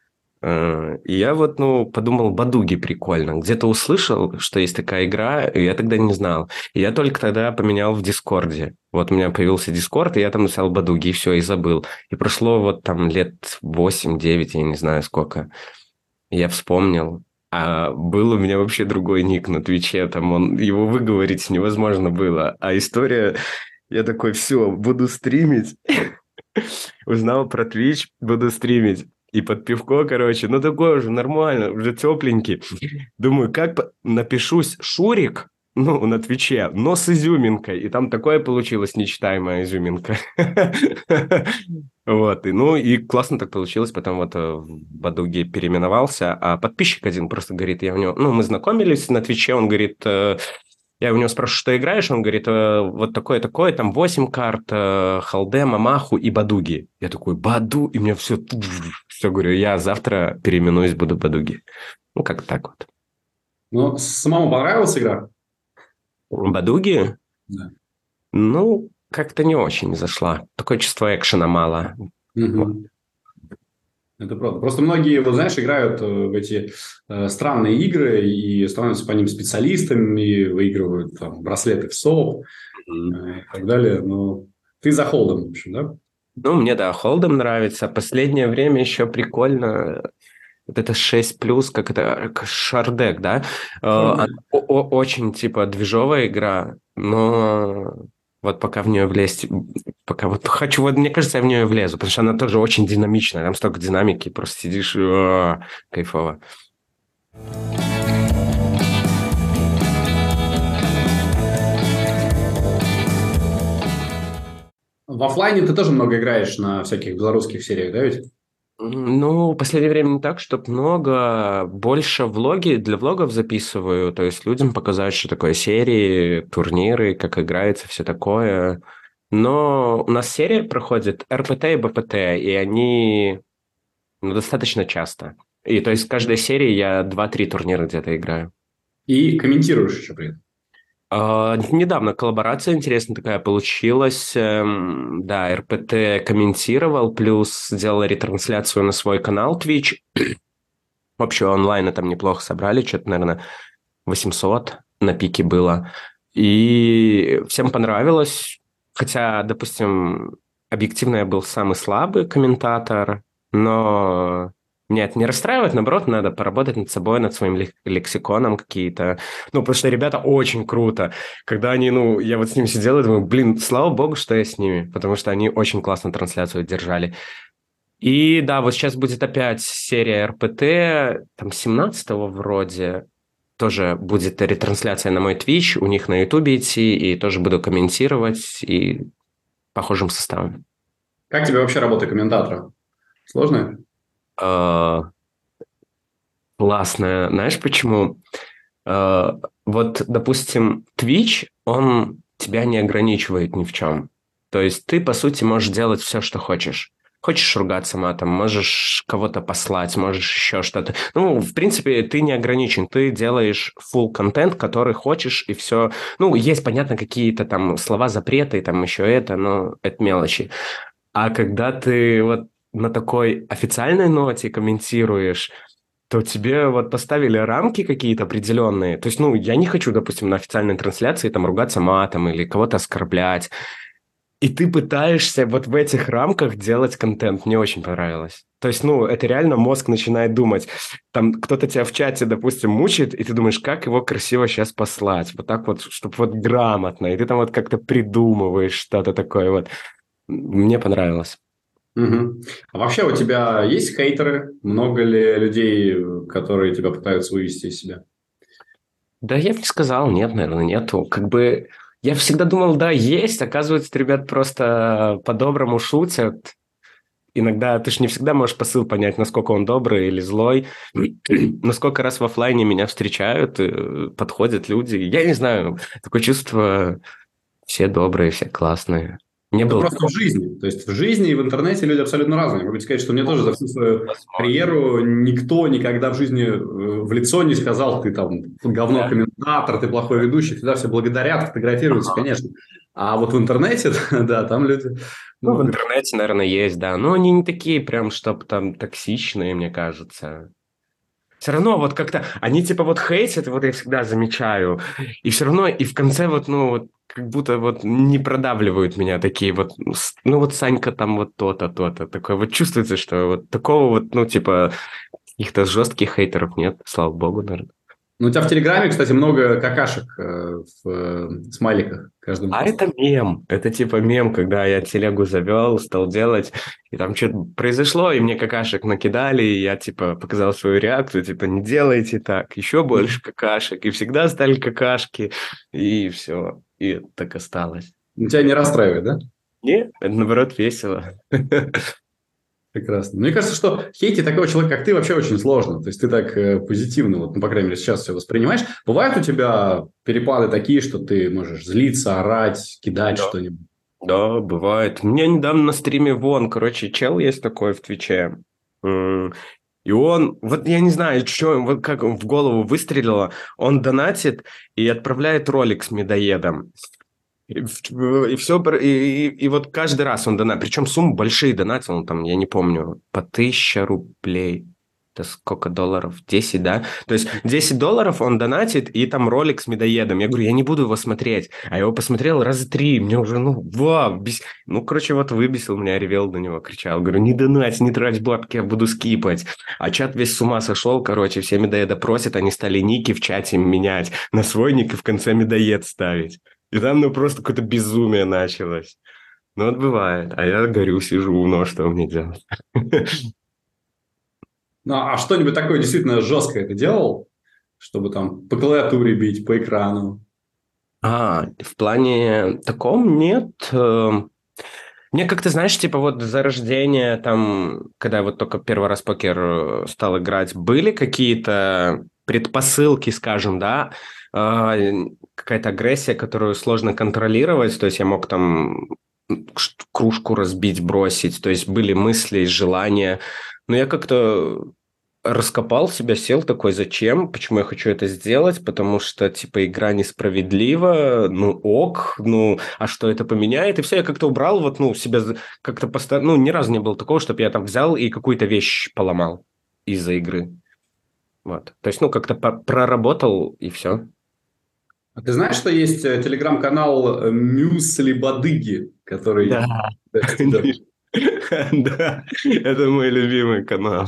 И я вот, ну, подумал, Бадуги прикольно. Где-то услышал, что есть такая игра, и я тогда не знал. И я только тогда поменял в Дискорде. Вот у меня появился Дискорд, и я там написал Бадуги, и все, и забыл. И прошло вот там лет 8-9, я не знаю сколько. И я вспомнил. А был у меня вообще другой ник на Твиче, там его выговорить невозможно было. А история, я такой, все, буду стримить. Узнал про Twitch, буду стримить. И под пивко, короче, ну такое уже нормально, уже тепленький. Думаю, напишусь Шурик, ну, на Твиче, но с изюминкой. И там такое получилось нечитаемая изюминка. Вот, и, ну, и классно так получилось, потом вот в Бадуге переименовался, а подписчик один просто говорит, я у него, ну, мы знакомились на Твиче, он говорит, я у него спрашиваю, что играешь, он говорит, вот такое-такое, там 8 карт, Халде, Мамаху и Бадуги. Я такой, Баду, и мне все говорю, я завтра переименуюсь, буду Бадуги. Ну, как так вот. Ну, самому понравилась игра? Бадуги? Да. Ну, как-то не очень зашла. Такое чувство экшена мало. Вот. Мгм. Это правда. Просто многие, вот знаешь, играют в эти странные игры и становятся по ним специалистами, и выигрывают там браслеты в СОП. и так далее. Но ты за холдом, в общем, да? Ну, мне, да, холдом нравится. Последнее время еще прикольно. Вот это 6 плюс, как это, Шардек, да? Она очень, типа, движовая игра, но вот пока в нее влезть, пока вот хочу, вот мне кажется, я в нее влезу, потому что она тоже очень динамичная, там столько динамики, просто сидишь, кайфово. В оффлайне ты тоже много играешь на всяких белорусских сериях, да, ведь? Ну, в последнее время не так, чтоб много, больше влоги, для влогов записываю, то есть людям показать, что такое серии, турниры, как играется, все такое. Но у нас серия проходит РПТ и БПТ, и они достаточно часто. И то есть в каждой серии я 2-3 турнира где-то играю. И комментируешь еще при этом. Недавно коллаборация интересная такая получилась. Да, РПТ комментировал, плюс сделал ретрансляцию на свой канал Twitch. Вообще онлайн там неплохо собрали, что-то, наверное, 800 на пике было. И всем понравилось. Хотя, допустим, объективно я был самый слабый комментатор, но меня это не расстраивает, наоборот, надо поработать над собой, над своим лексиконом какие-то. Ну, потому что ребята очень круто. Когда они, ну, я вот с ними сидел и думаю, блин, слава богу, что я с ними, потому что они очень классно трансляцию держали. И да, вот сейчас будет опять серия РПТ, там 17-го вроде, тоже будет ретрансляция на мой Twitch, у них на Ютубе идти, и тоже буду комментировать, и похожим составом. Как тебе вообще работа комментатора? Сложно? Классно. Знаешь почему? Вот, допустим, Twitch, он тебя не ограничивает ни в чем. То есть ты, по сути, можешь делать все, что хочешь. Хочешь ругаться матом, можешь кого-то послать, можешь еще что-то. Ну, в принципе, ты не ограничен. Ты делаешь full контент, который хочешь, и все. Ну, есть, понятно, какие-то там слова запреты, там еще это, но это мелочи. А когда ты вот на такой официальной ноте комментируешь, то тебе вот поставили рамки какие-то определенные. То есть, ну, я не хочу, допустим, на официальной трансляции там ругаться матом или кого-то оскорблять. И ты пытаешься вот в этих рамках делать контент. Мне очень понравилось. То есть, ну, это реально мозг начинает думать. Там кто-то тебя в чате, допустим, мучает, и ты думаешь, как его красиво сейчас послать. Вот так вот, чтобы вот грамотно. И ты там вот как-то придумываешь что-то такое вот. Мне понравилось. Мгм. А вообще у тебя есть хейтеры? Много ли людей, которые тебя пытаются вывести из себя? Да я бы не сказал, нет, наверное, нету. Как бы я всегда думал, да, есть. Оказывается, ребят просто по-доброму шутят. Иногда ты ж не всегда можешь посыл понять, насколько он добрый или злой. Но сколько раз в оффлайне меня встречают, подходят люди. Я не знаю, такое чувство, все добрые, все классные. Не Это было просто в такого. жизни. То есть в жизни и в интернете люди абсолютно разные. Могу тебе сказать, что мне тоже за всю свою Возможно. карьеру никто никогда в жизни в лицо не сказал, ты там говно Да. комментатор, ты плохой ведущий. Всегда все благодарят, фотографируются, Ага. конечно. А вот в интернете, да, там люди... Ну, в Ну, интернете, наверное, есть, да. Но они не такие прям, чтоб там токсичные, мне кажется. Все равно вот как-то они типа вот хейтят, вот я всегда замечаю, и все равно и в конце вот, ну, вот как будто вот не продавливают меня такие вот, ну, вот Санька там вот то-то, то-то, такое вот чувствуется, что вот такого вот, ну, типа каких-то жестких хейтеров нет, слава богу, наверное. ну, у тебя в Телеграме, кстати, много какашек в смайликах каждом. А это мем, это типа мем, когда я телегу завел, стал делать, и там что-то произошло, и мне какашек накидали, и я типа показал свою реакцию, типа не делайте так, еще больше какашек, и всегда стали какашки, и все, и так осталось. Тебя не расстраивает, да? Не, это наоборот весело. Прекрасно. Мне кажется, что хейтить такого человека, как ты, вообще очень сложно. То есть ты так позитивно, вот, ну, по крайней мере, сейчас все воспринимаешь. Бывают у тебя перепады такие, что ты можешь злиться, орать, кидать Да. что-нибудь? Да, бывает. У меня недавно на стриме короче, чел есть такой в Твиче. И он, вот я не знаю, что, вот как в голову выстрелило, он донатит и отправляет ролик с медоедом. И все, и вот каждый раз он донатит, причем суммы большие донатил, он там, я не помню, по 1000 рублей. Это сколько долларов? 10, да? То есть $10 он донатит, и там ролик с медоедом. Я говорю, я не буду его смотреть. А я его посмотрел раза 3. Мне уже, Ну, короче, вот выбесил меня, ревел на него, кричал. Говорю, не донать, не трать бабки, я буду скипать. А чат весь с ума сошел, короче, все медоеда просят, они стали ники в чате менять на свой ник и в конце медоед ставить. И там, просто какое-то безумие началось. Ну, вот бывает. А я горю, сижу, ну, что мне делать? Ну, а что-нибудь такое действительно жесткое ты делал? Чтобы там по клавиатуре бить, по экрану? В плане таком нет. Мне как-то, знаешь, типа вот за рождение, там, когда я вот только первый раз покер стал играть, были какие-то предпосылки, скажем, да, какая-то агрессия, которую сложно контролировать, то есть я мог там кружку разбить, бросить, то есть были мысли, желания, но я как-то раскопал себя, сел такой, зачем, почему я хочу это сделать, потому что, типа, игра несправедлива, а что это поменяет, и все, я как-то убрал, себя как-то поставил, ни разу не было такого, чтобы я там взял и какую-то вещь поломал из-за игры, вот, то есть, как-то проработал, и все. А ты знаешь, что есть телеграм-канал Мюсли Бадыги, который... Да, да, это мой любимый канал.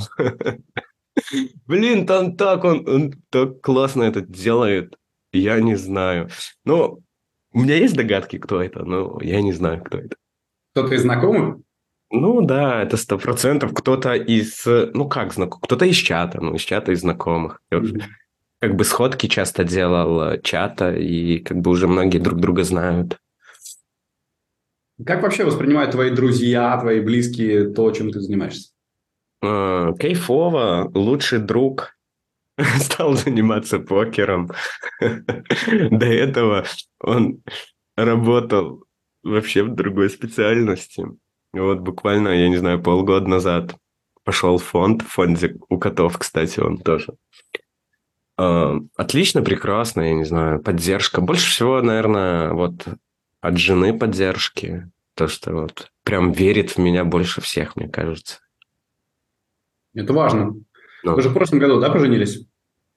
Блин, там он так классно это делает. Я не знаю. Ну, у меня есть догадки, кто это, но я не знаю, кто это. Кто-то из знакомых? Ну да, это 100% кто-то из... как знакомых? Кто-то из чата, из чата из знакомых. Я уже как бы сходки часто делал чата, и как бы уже многие друг друга знают. Как вообще воспринимают твои друзья, твои близкие то, чем ты занимаешься? Кайфово, лучший друг стал заниматься покером. До этого он работал вообще в другой специальности. Вот буквально, я не знаю, полгода назад пошел в фондик у котов, кстати, он тоже. Отлично, прекрасно, я не знаю, поддержка. Больше всего, наверное, вот от жены поддержки. То, что вот прям верит в меня больше всех, мне кажется. Это важно. Ну, Вы же в прошлом году, да, поженились?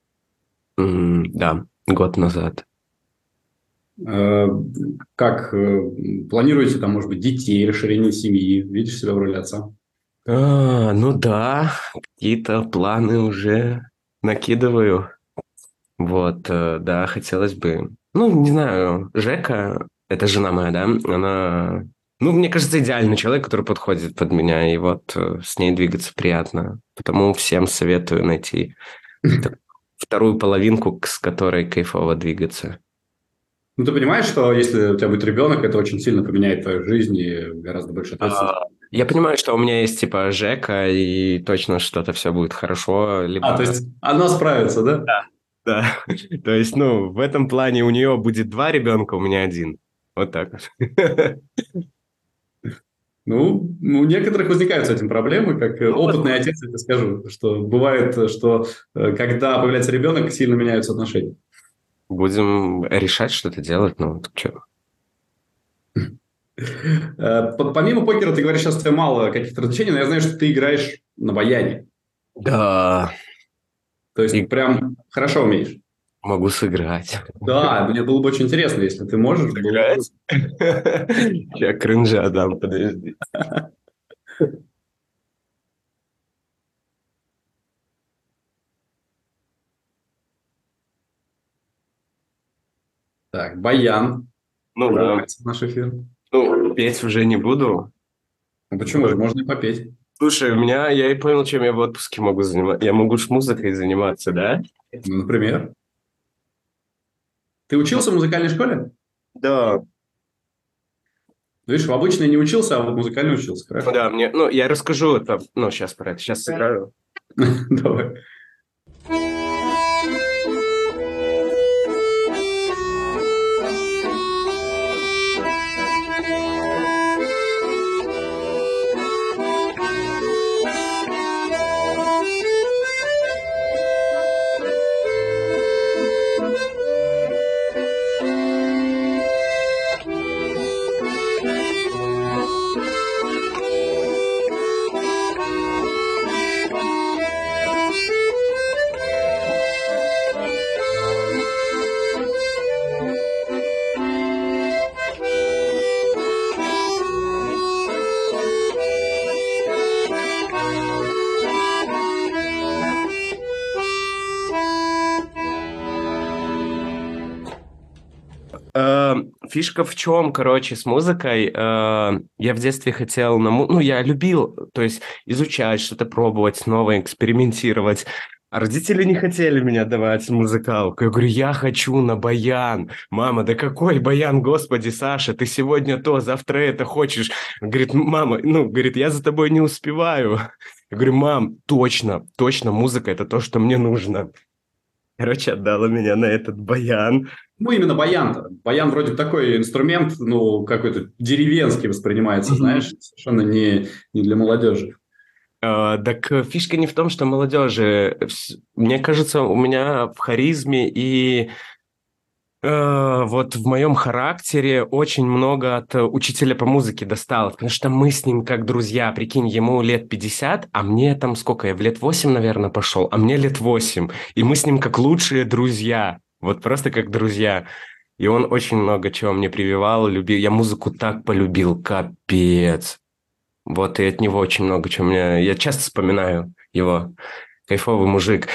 да, год назад. Как планируете, там, может быть, детей, расширение семьи? Видишь себя в роли отца? Ну да, какие-то планы уже накидываю. Вот, да, хотелось бы. Не знаю, Жека, это жена моя, да, она, мне кажется, идеальный человек, который подходит под меня, и вот с ней двигаться приятно. Потому всем советую найти вторую половинку, с которой кайфово двигаться. Ну, ты понимаешь, что если у тебя будет ребенок, это очень сильно поменяет твою жизнь и гораздо больше ответственности? Я понимаю, что у меня есть, типа, Жека, и точно что-то все будет хорошо. То есть она справится, да? Да. То есть, в этом плане у нее будет 2 ребенка, у меня 1. Вот так вот. У некоторых возникают с этим проблемы, как опытный отец, я тебе скажу, что бывает, что когда появляется ребенок, сильно меняются отношения. Будем решать, что-то делать, что. Помимо покера, ты говоришь, сейчас у тебя мало каких-то развлечений, но я знаю, что ты играешь на баяне. Да. То есть, прям хорошо умеешь. Могу сыграть. Да, мне было бы очень интересно, если ты можешь. Сыграть? Я кринжа дам, подожди. Так, баян. Да. Наш эфир. Петь уже не буду. Почему же? Можно и попеть. Слушай, я и понял, чем я в отпуске могу заниматься. Я могу ж музыкой заниматься, да? Например. Ты учился в музыкальной школе? Да. Видишь, в обычной не учился, а вот в музыкальной учился. Хорошо. Да, я расскажу это, сейчас про это. Сейчас сыграю. Давай. Фишка в чем, короче, с музыкой? Я в детстве хотел ну, я любил, то есть изучать, что-то пробовать, новое, экспериментировать. А родители не хотели меня давать в музыкалку. Я говорю, я хочу на баян. Мама, да какой баян, господи, Саша, ты сегодня то, завтра это хочешь. Говорит, мама, ну, говорит, я за тобой не успеваю. Я говорю, мам, точно, точно, музыка – это то, что мне нужно. Короче, отдала меня на этот баян. Ну, именно баян-то. Баян вроде такой инструмент, ну, какой-то деревенский воспринимается, знаешь, совершенно не для молодежи. Так фишка не в том, что молодежи. Мне кажется, у меня в харизме и вот в моем характере очень много от учителя по музыке досталось, потому что мы с ним как друзья, прикинь, ему лет 50, а мне там сколько, я в лет 8, наверное, пошел, а мне лет 8, и мы с ним как лучшие друзья, вот просто как друзья. И он очень много чего мне прививал, любил, я музыку так полюбил, капец. Вот и от него очень много чего мне... Я часто вспоминаю его. Кайфовый мужик.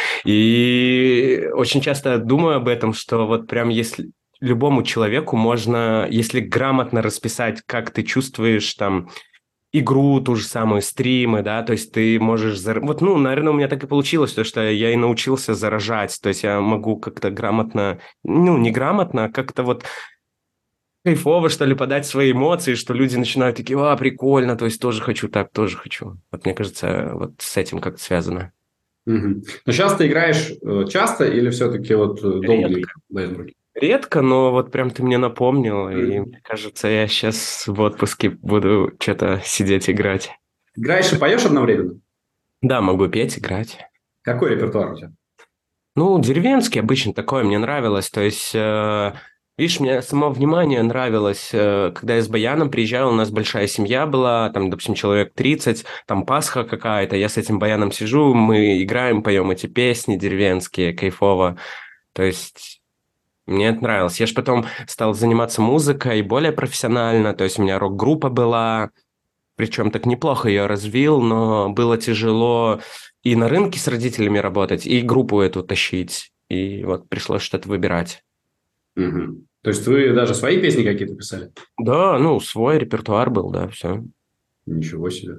И очень часто думаю об этом, что вот прям если любому человеку можно, если грамотно расписать, как ты чувствуешь там игру, ту же самую, стримы, да, то есть ты можешь... Вот, ну, наверное, у меня так и получилось, то, что я и научился заражать, то есть я могу как-то грамотно, ну, не грамотно, а как-то вот кайфово, что ли, подать свои эмоции, что люди начинают такие, прикольно, то есть тоже хочу так, тоже хочу. Вот мне кажется, вот с этим как-то связано. Мгм. Но сейчас ты играешь часто или все-таки вот долго не Редко. играешь? Редко, но вот прям ты мне напомнил, и Мгм. мне кажется, я сейчас в отпуске буду что-то сидеть играть. Играешь и поешь одновременно? Да, могу петь, играть. Какой репертуар у тебя? Ну, деревенский обычно такое мне нравилось. То есть, видишь, мне само внимание нравилось, когда я с баяном приезжал, у нас большая семья была, там, допустим, человек 30, там Пасха какая-то, я с этим баяном сижу, мы играем, поем эти песни деревенские, кайфово. То есть, мне это нравилось. Я же потом стал заниматься музыкой более профессионально, то есть, у меня рок-группа была, причем так неплохо ее развил, но было тяжело и на рынке с родителями работать, и группу эту тащить. И вот пришлось что-то выбирать. Мгм. То есть вы даже свои песни какие-то писали? Да, ну, свой репертуар был, да, все. Ничего себе.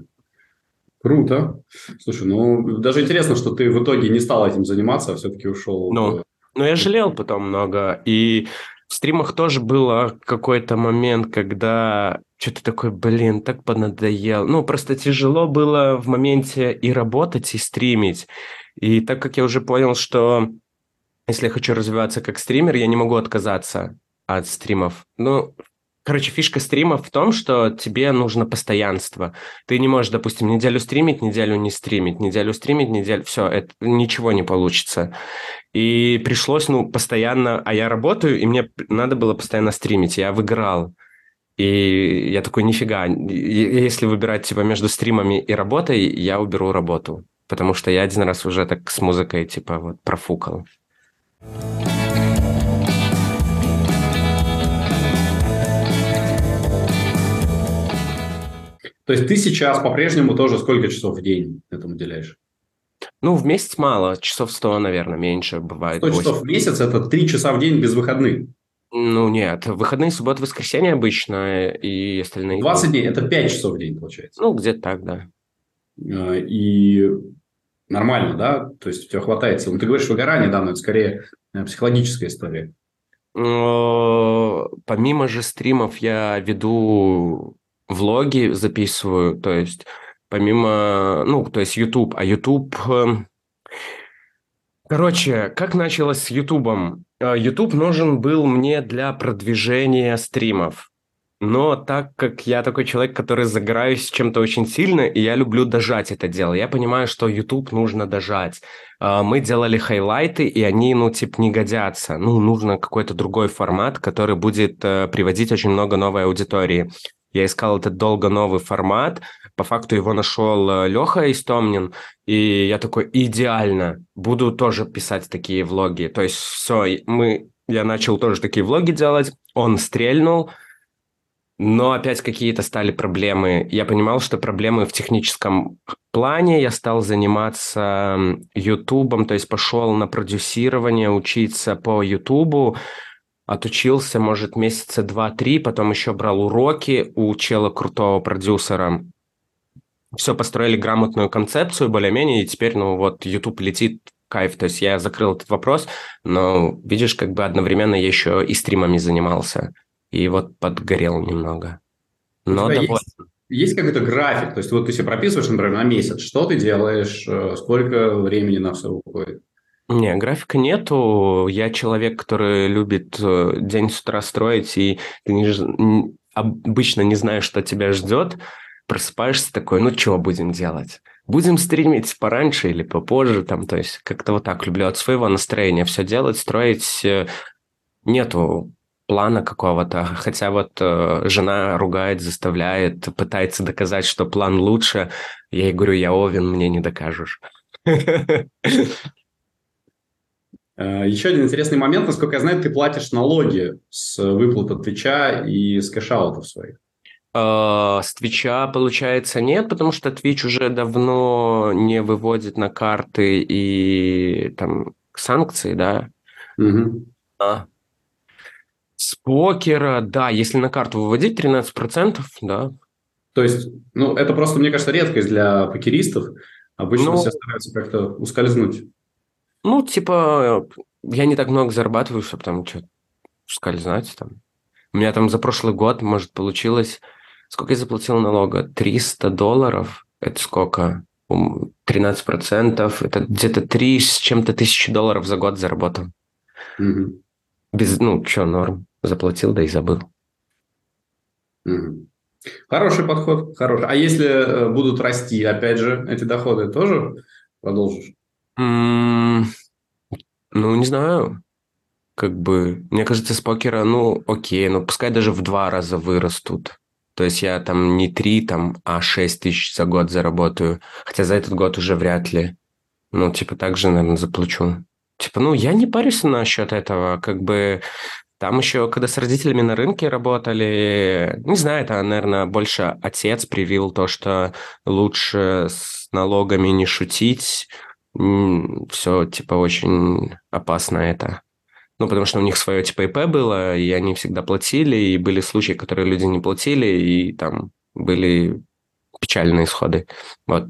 Круто. Слушай, ну даже интересно, что ты в итоге не стал этим заниматься, а все-таки ушел Ну, в... но я жалел потом много. И в стримах тоже было какой-то момент, когда что-то такое, блин, так поднадоел. Ну, просто тяжело было в моменте и работать, и стримить. И так как я уже понял, что если я хочу развиваться как стример, я не могу отказаться от стримов. Ну, короче, фишка стримов в том, что тебе нужно постоянство. Ты не можешь, допустим, неделю стримить, неделю не стримить, неделю стримить, неделю... Все, это ничего не получится. И пришлось, ну, постоянно... А я работаю, и мне надо было постоянно стримить. Я выиграл. И я такой, нифига, если выбирать типа между стримами и работой, я уберу работу. Потому что я один раз уже так с музыкой типа вот профукал. То есть ты сейчас по-прежнему тоже сколько часов в день этому уделяешь? Ну, в месяц мало, часов 100, наверное, меньше, бывает 100 часов 80. в месяц – это 3 часа в день без выходных. Ну, нет, выходные, суббота, воскресенье обычно, и остальные дни. 20 дней – это 5 часов в день, получается. Ну, где-то так, да. И нормально, да? То есть у тебя хватает сил. Ну, ты говоришь, выгорание, да, но это скорее психологическая история. Помимо же стримов я веду влоги, записываю, то есть помимо, ну, то есть YouTube, а YouTube... Короче, как началось с Ютубом? YouTube нужен был мне для продвижения стримов. Но так как я такой человек, который загораюсь чем-то очень сильно, и я люблю дожать это дело, я понимаю, что YouTube нужно дожать. Мы делали хайлайты, и они, ну, типа, не годятся. Ну, нужно какой-то другой формат, который будет приводить очень много новой аудитории. Я искал этот долго новый формат, по факту его нашел Леха Истомнин, и я такой, идеально, буду тоже писать такие влоги. То есть все, я начал тоже такие влоги делать, он стрельнул, но опять какие-то стали проблемы. Я понимал, что проблемы в техническом плане. Я стал заниматься Ютубом, то есть пошел на продюсирование, учиться по Ютубу. отучился, может, месяца 2-3, потом еще брал уроки у чела крутого продюсера. Все, построили грамотную концепцию более-менее, и теперь, ну вот, YouTube летит, кайф. То есть я закрыл этот вопрос, но, видишь, как бы одновременно я еще и стримами занимался. И вот подгорел немного. У Но тебя довольно. есть какой-то график? То есть вот ты себе прописываешь, например, на месяц, что ты делаешь, сколько времени на все уходит? Не, графика нету. Я человек, который любит день с утра строить, и ты обычно не знаешь, что тебя ждет. Просыпаешься такой, ну, чего будем делать? Будем стримить пораньше или попозже, там, то есть как-то вот так люблю от своего настроения все делать, строить. Нету плана какого-то, хотя вот жена ругает, заставляет, пытается доказать, что план лучше. Я ей говорю, я Овен, мне не докажешь. Еще один интересный момент, насколько я знаю, ты платишь налоги с выплат от Твича и с кэшаутов своих. С Твича, получается, нет, потому что Твич уже давно не выводит на карты и там санкции, да. Мгм. С покера, да, если на карту выводить 13%, да. То есть, ну, это просто, мне кажется, редкость для покеристов. Обычно Ну, все стараются как-то ускользнуть. ну, типа, я не так много зарабатываю, чтобы там что-то скользнать там. У меня там за прошлый год, может, получилось... Сколько я заплатил налога? $300. Это сколько? 13%. Это где-то 3 с чем-то тысячи долларов за год заработал. Мгм. Без, ну, что, норм. Заплатил, да и забыл. Мгм. Хороший подход, хороший. А если будут расти, опять же, эти доходы, тоже продолжишь? М, Ну, не знаю. Как бы, мне кажется, с покера, ну, окей, ну, пускай даже в 2 раза вырастут. То есть я там не 3, там, а 6 тысяч за год заработаю. Хотя за этот год уже вряд ли. Ну, типа, так же, наверное, заплачу. Типа, ну, я не парюсь насчет этого. Как бы, там еще, когда с родителями на рынке работали, не знаю, это, наверное, больше отец привил то, что лучше с налогами не шутить. Все, типа, очень опасно это. Ну, потому что у них свое типа ИП было, и они всегда платили, и были случаи, которые люди не платили, и там были печальные исходы. Вот.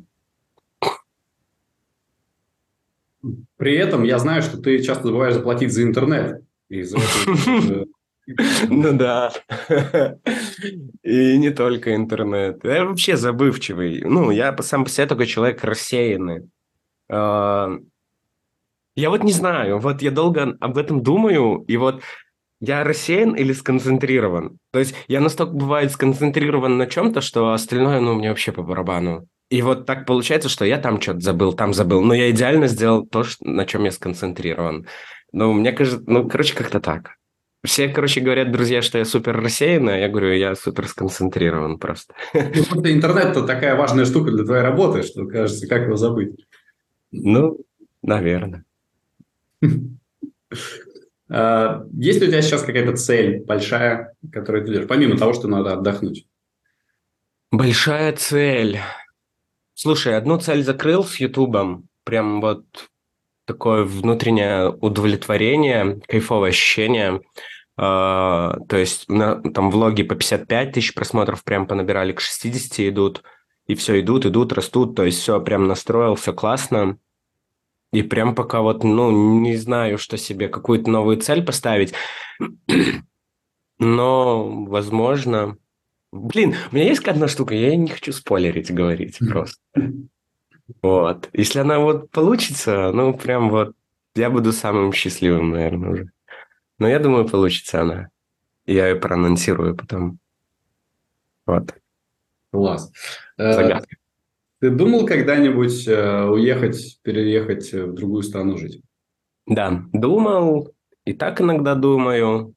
При этом я знаю, что ты часто забываешь заплатить за интернет. И за это... Ну да. И не только интернет. Я вообще забывчивый. Ну, я сам по себе такой человек рассеянный. А, Я вот не знаю, вот я долго об этом думаю, и вот я рассеян или сконцентрирован? То есть я настолько бывает сконцентрирован на чем-то, что остальное, ну, мне вообще по барабану. И вот так получается, что я там что-то забыл, там забыл. Но я идеально сделал то, на чем я сконцентрирован. Ну, мне кажется, ну, короче, как-то так. Все, короче, говорят, друзья, что я супер рассеянный, а я говорю, я супер сконцентрирован просто. Ну, просто интернет-то такая важная штука для твоей работы, что, кажется, как его забыть. Ну, наверное. Есть ли у тебя сейчас какая-то цель большая, которую ты делаешь, помимо того, что надо отдохнуть? Большая цель. Слушай, одну цель закрыл с Ютубом. Прям вот такое внутреннее удовлетворение, кайфовое ощущение. То есть там влоги по 55 тысяч просмотров прям понабирали, к 60 идут. И все, идут, растут. То есть все прям настроил, все классно. И прям пока вот, ну, не знаю, что себе, какую-то новую цель поставить. Но, возможно... Блин, у меня есть одна штука, я не хочу спойлерить, говорить просто. Вот. Если она вот получится, ну, прям вот я буду самым счастливым, наверное, уже. Но я думаю, получится она. Я ее проанонсирую потом. Вот. Класс. Загадка. Ты думал когда-нибудь уехать, переехать в другую страну жить? Да, думал, и так иногда думаю.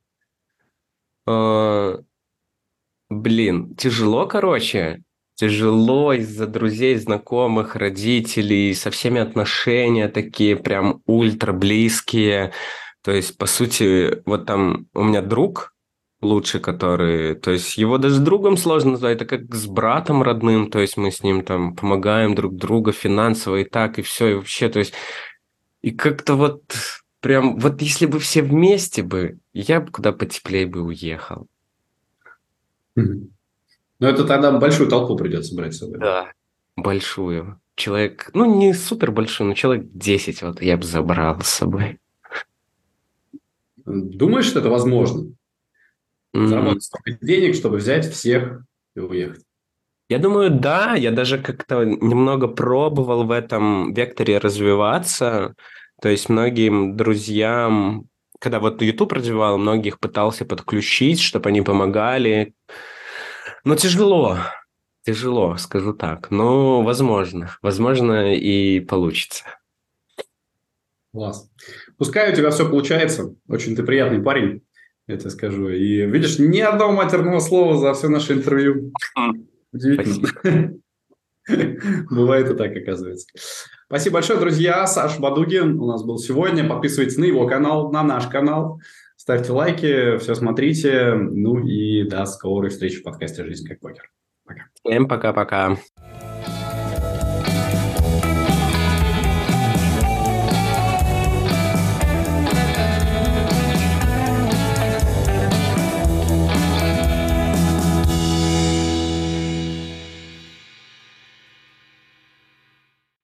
Э, Блин, тяжело, короче. Тяжело из-за друзей, знакомых, родителей, со всеми отношения такие прям ультра близкие. То есть, по сути, вот там у меня друг лучший, который... То есть, его даже другом сложно назвать, это как с братом родным. То есть, мы с ним там помогаем друг другу финансово и так, и все, и вообще, то есть... И как-то вот прям, вот если бы все вместе бы, я бы куда потеплее бы уехал. Мгм. Но это тогда большую толпу придется брать с собой. Да. Большую. Человек, ну, не супер большую, но человек 10 вот я бы забрал с собой. Думаешь, что это возможно? М, Заработать столько денег, чтобы взять всех и уехать? Я думаю, да, я даже как-то немного пробовал в этом векторе развиваться. То есть многим друзьям, когда вот YouTube развивал, многих пытался подключить, чтобы они помогали. Но тяжело, скажу так. Но возможно и получится. Класс. Пускай у тебя все получается. Очень ты приятный парень, я тебе скажу. И видишь, ни одного матерного слова за все наше интервью. Удивительно. Спасибо. Бывает и так, оказывается. Спасибо большое, друзья. Саша Бадугин у нас был сегодня. Подписывайтесь на его канал, на наш канал. Ставьте лайки, все смотрите. Ну и до скорой встречи в подкасте «Жизнь как покер». Пока. Всем пока-пока.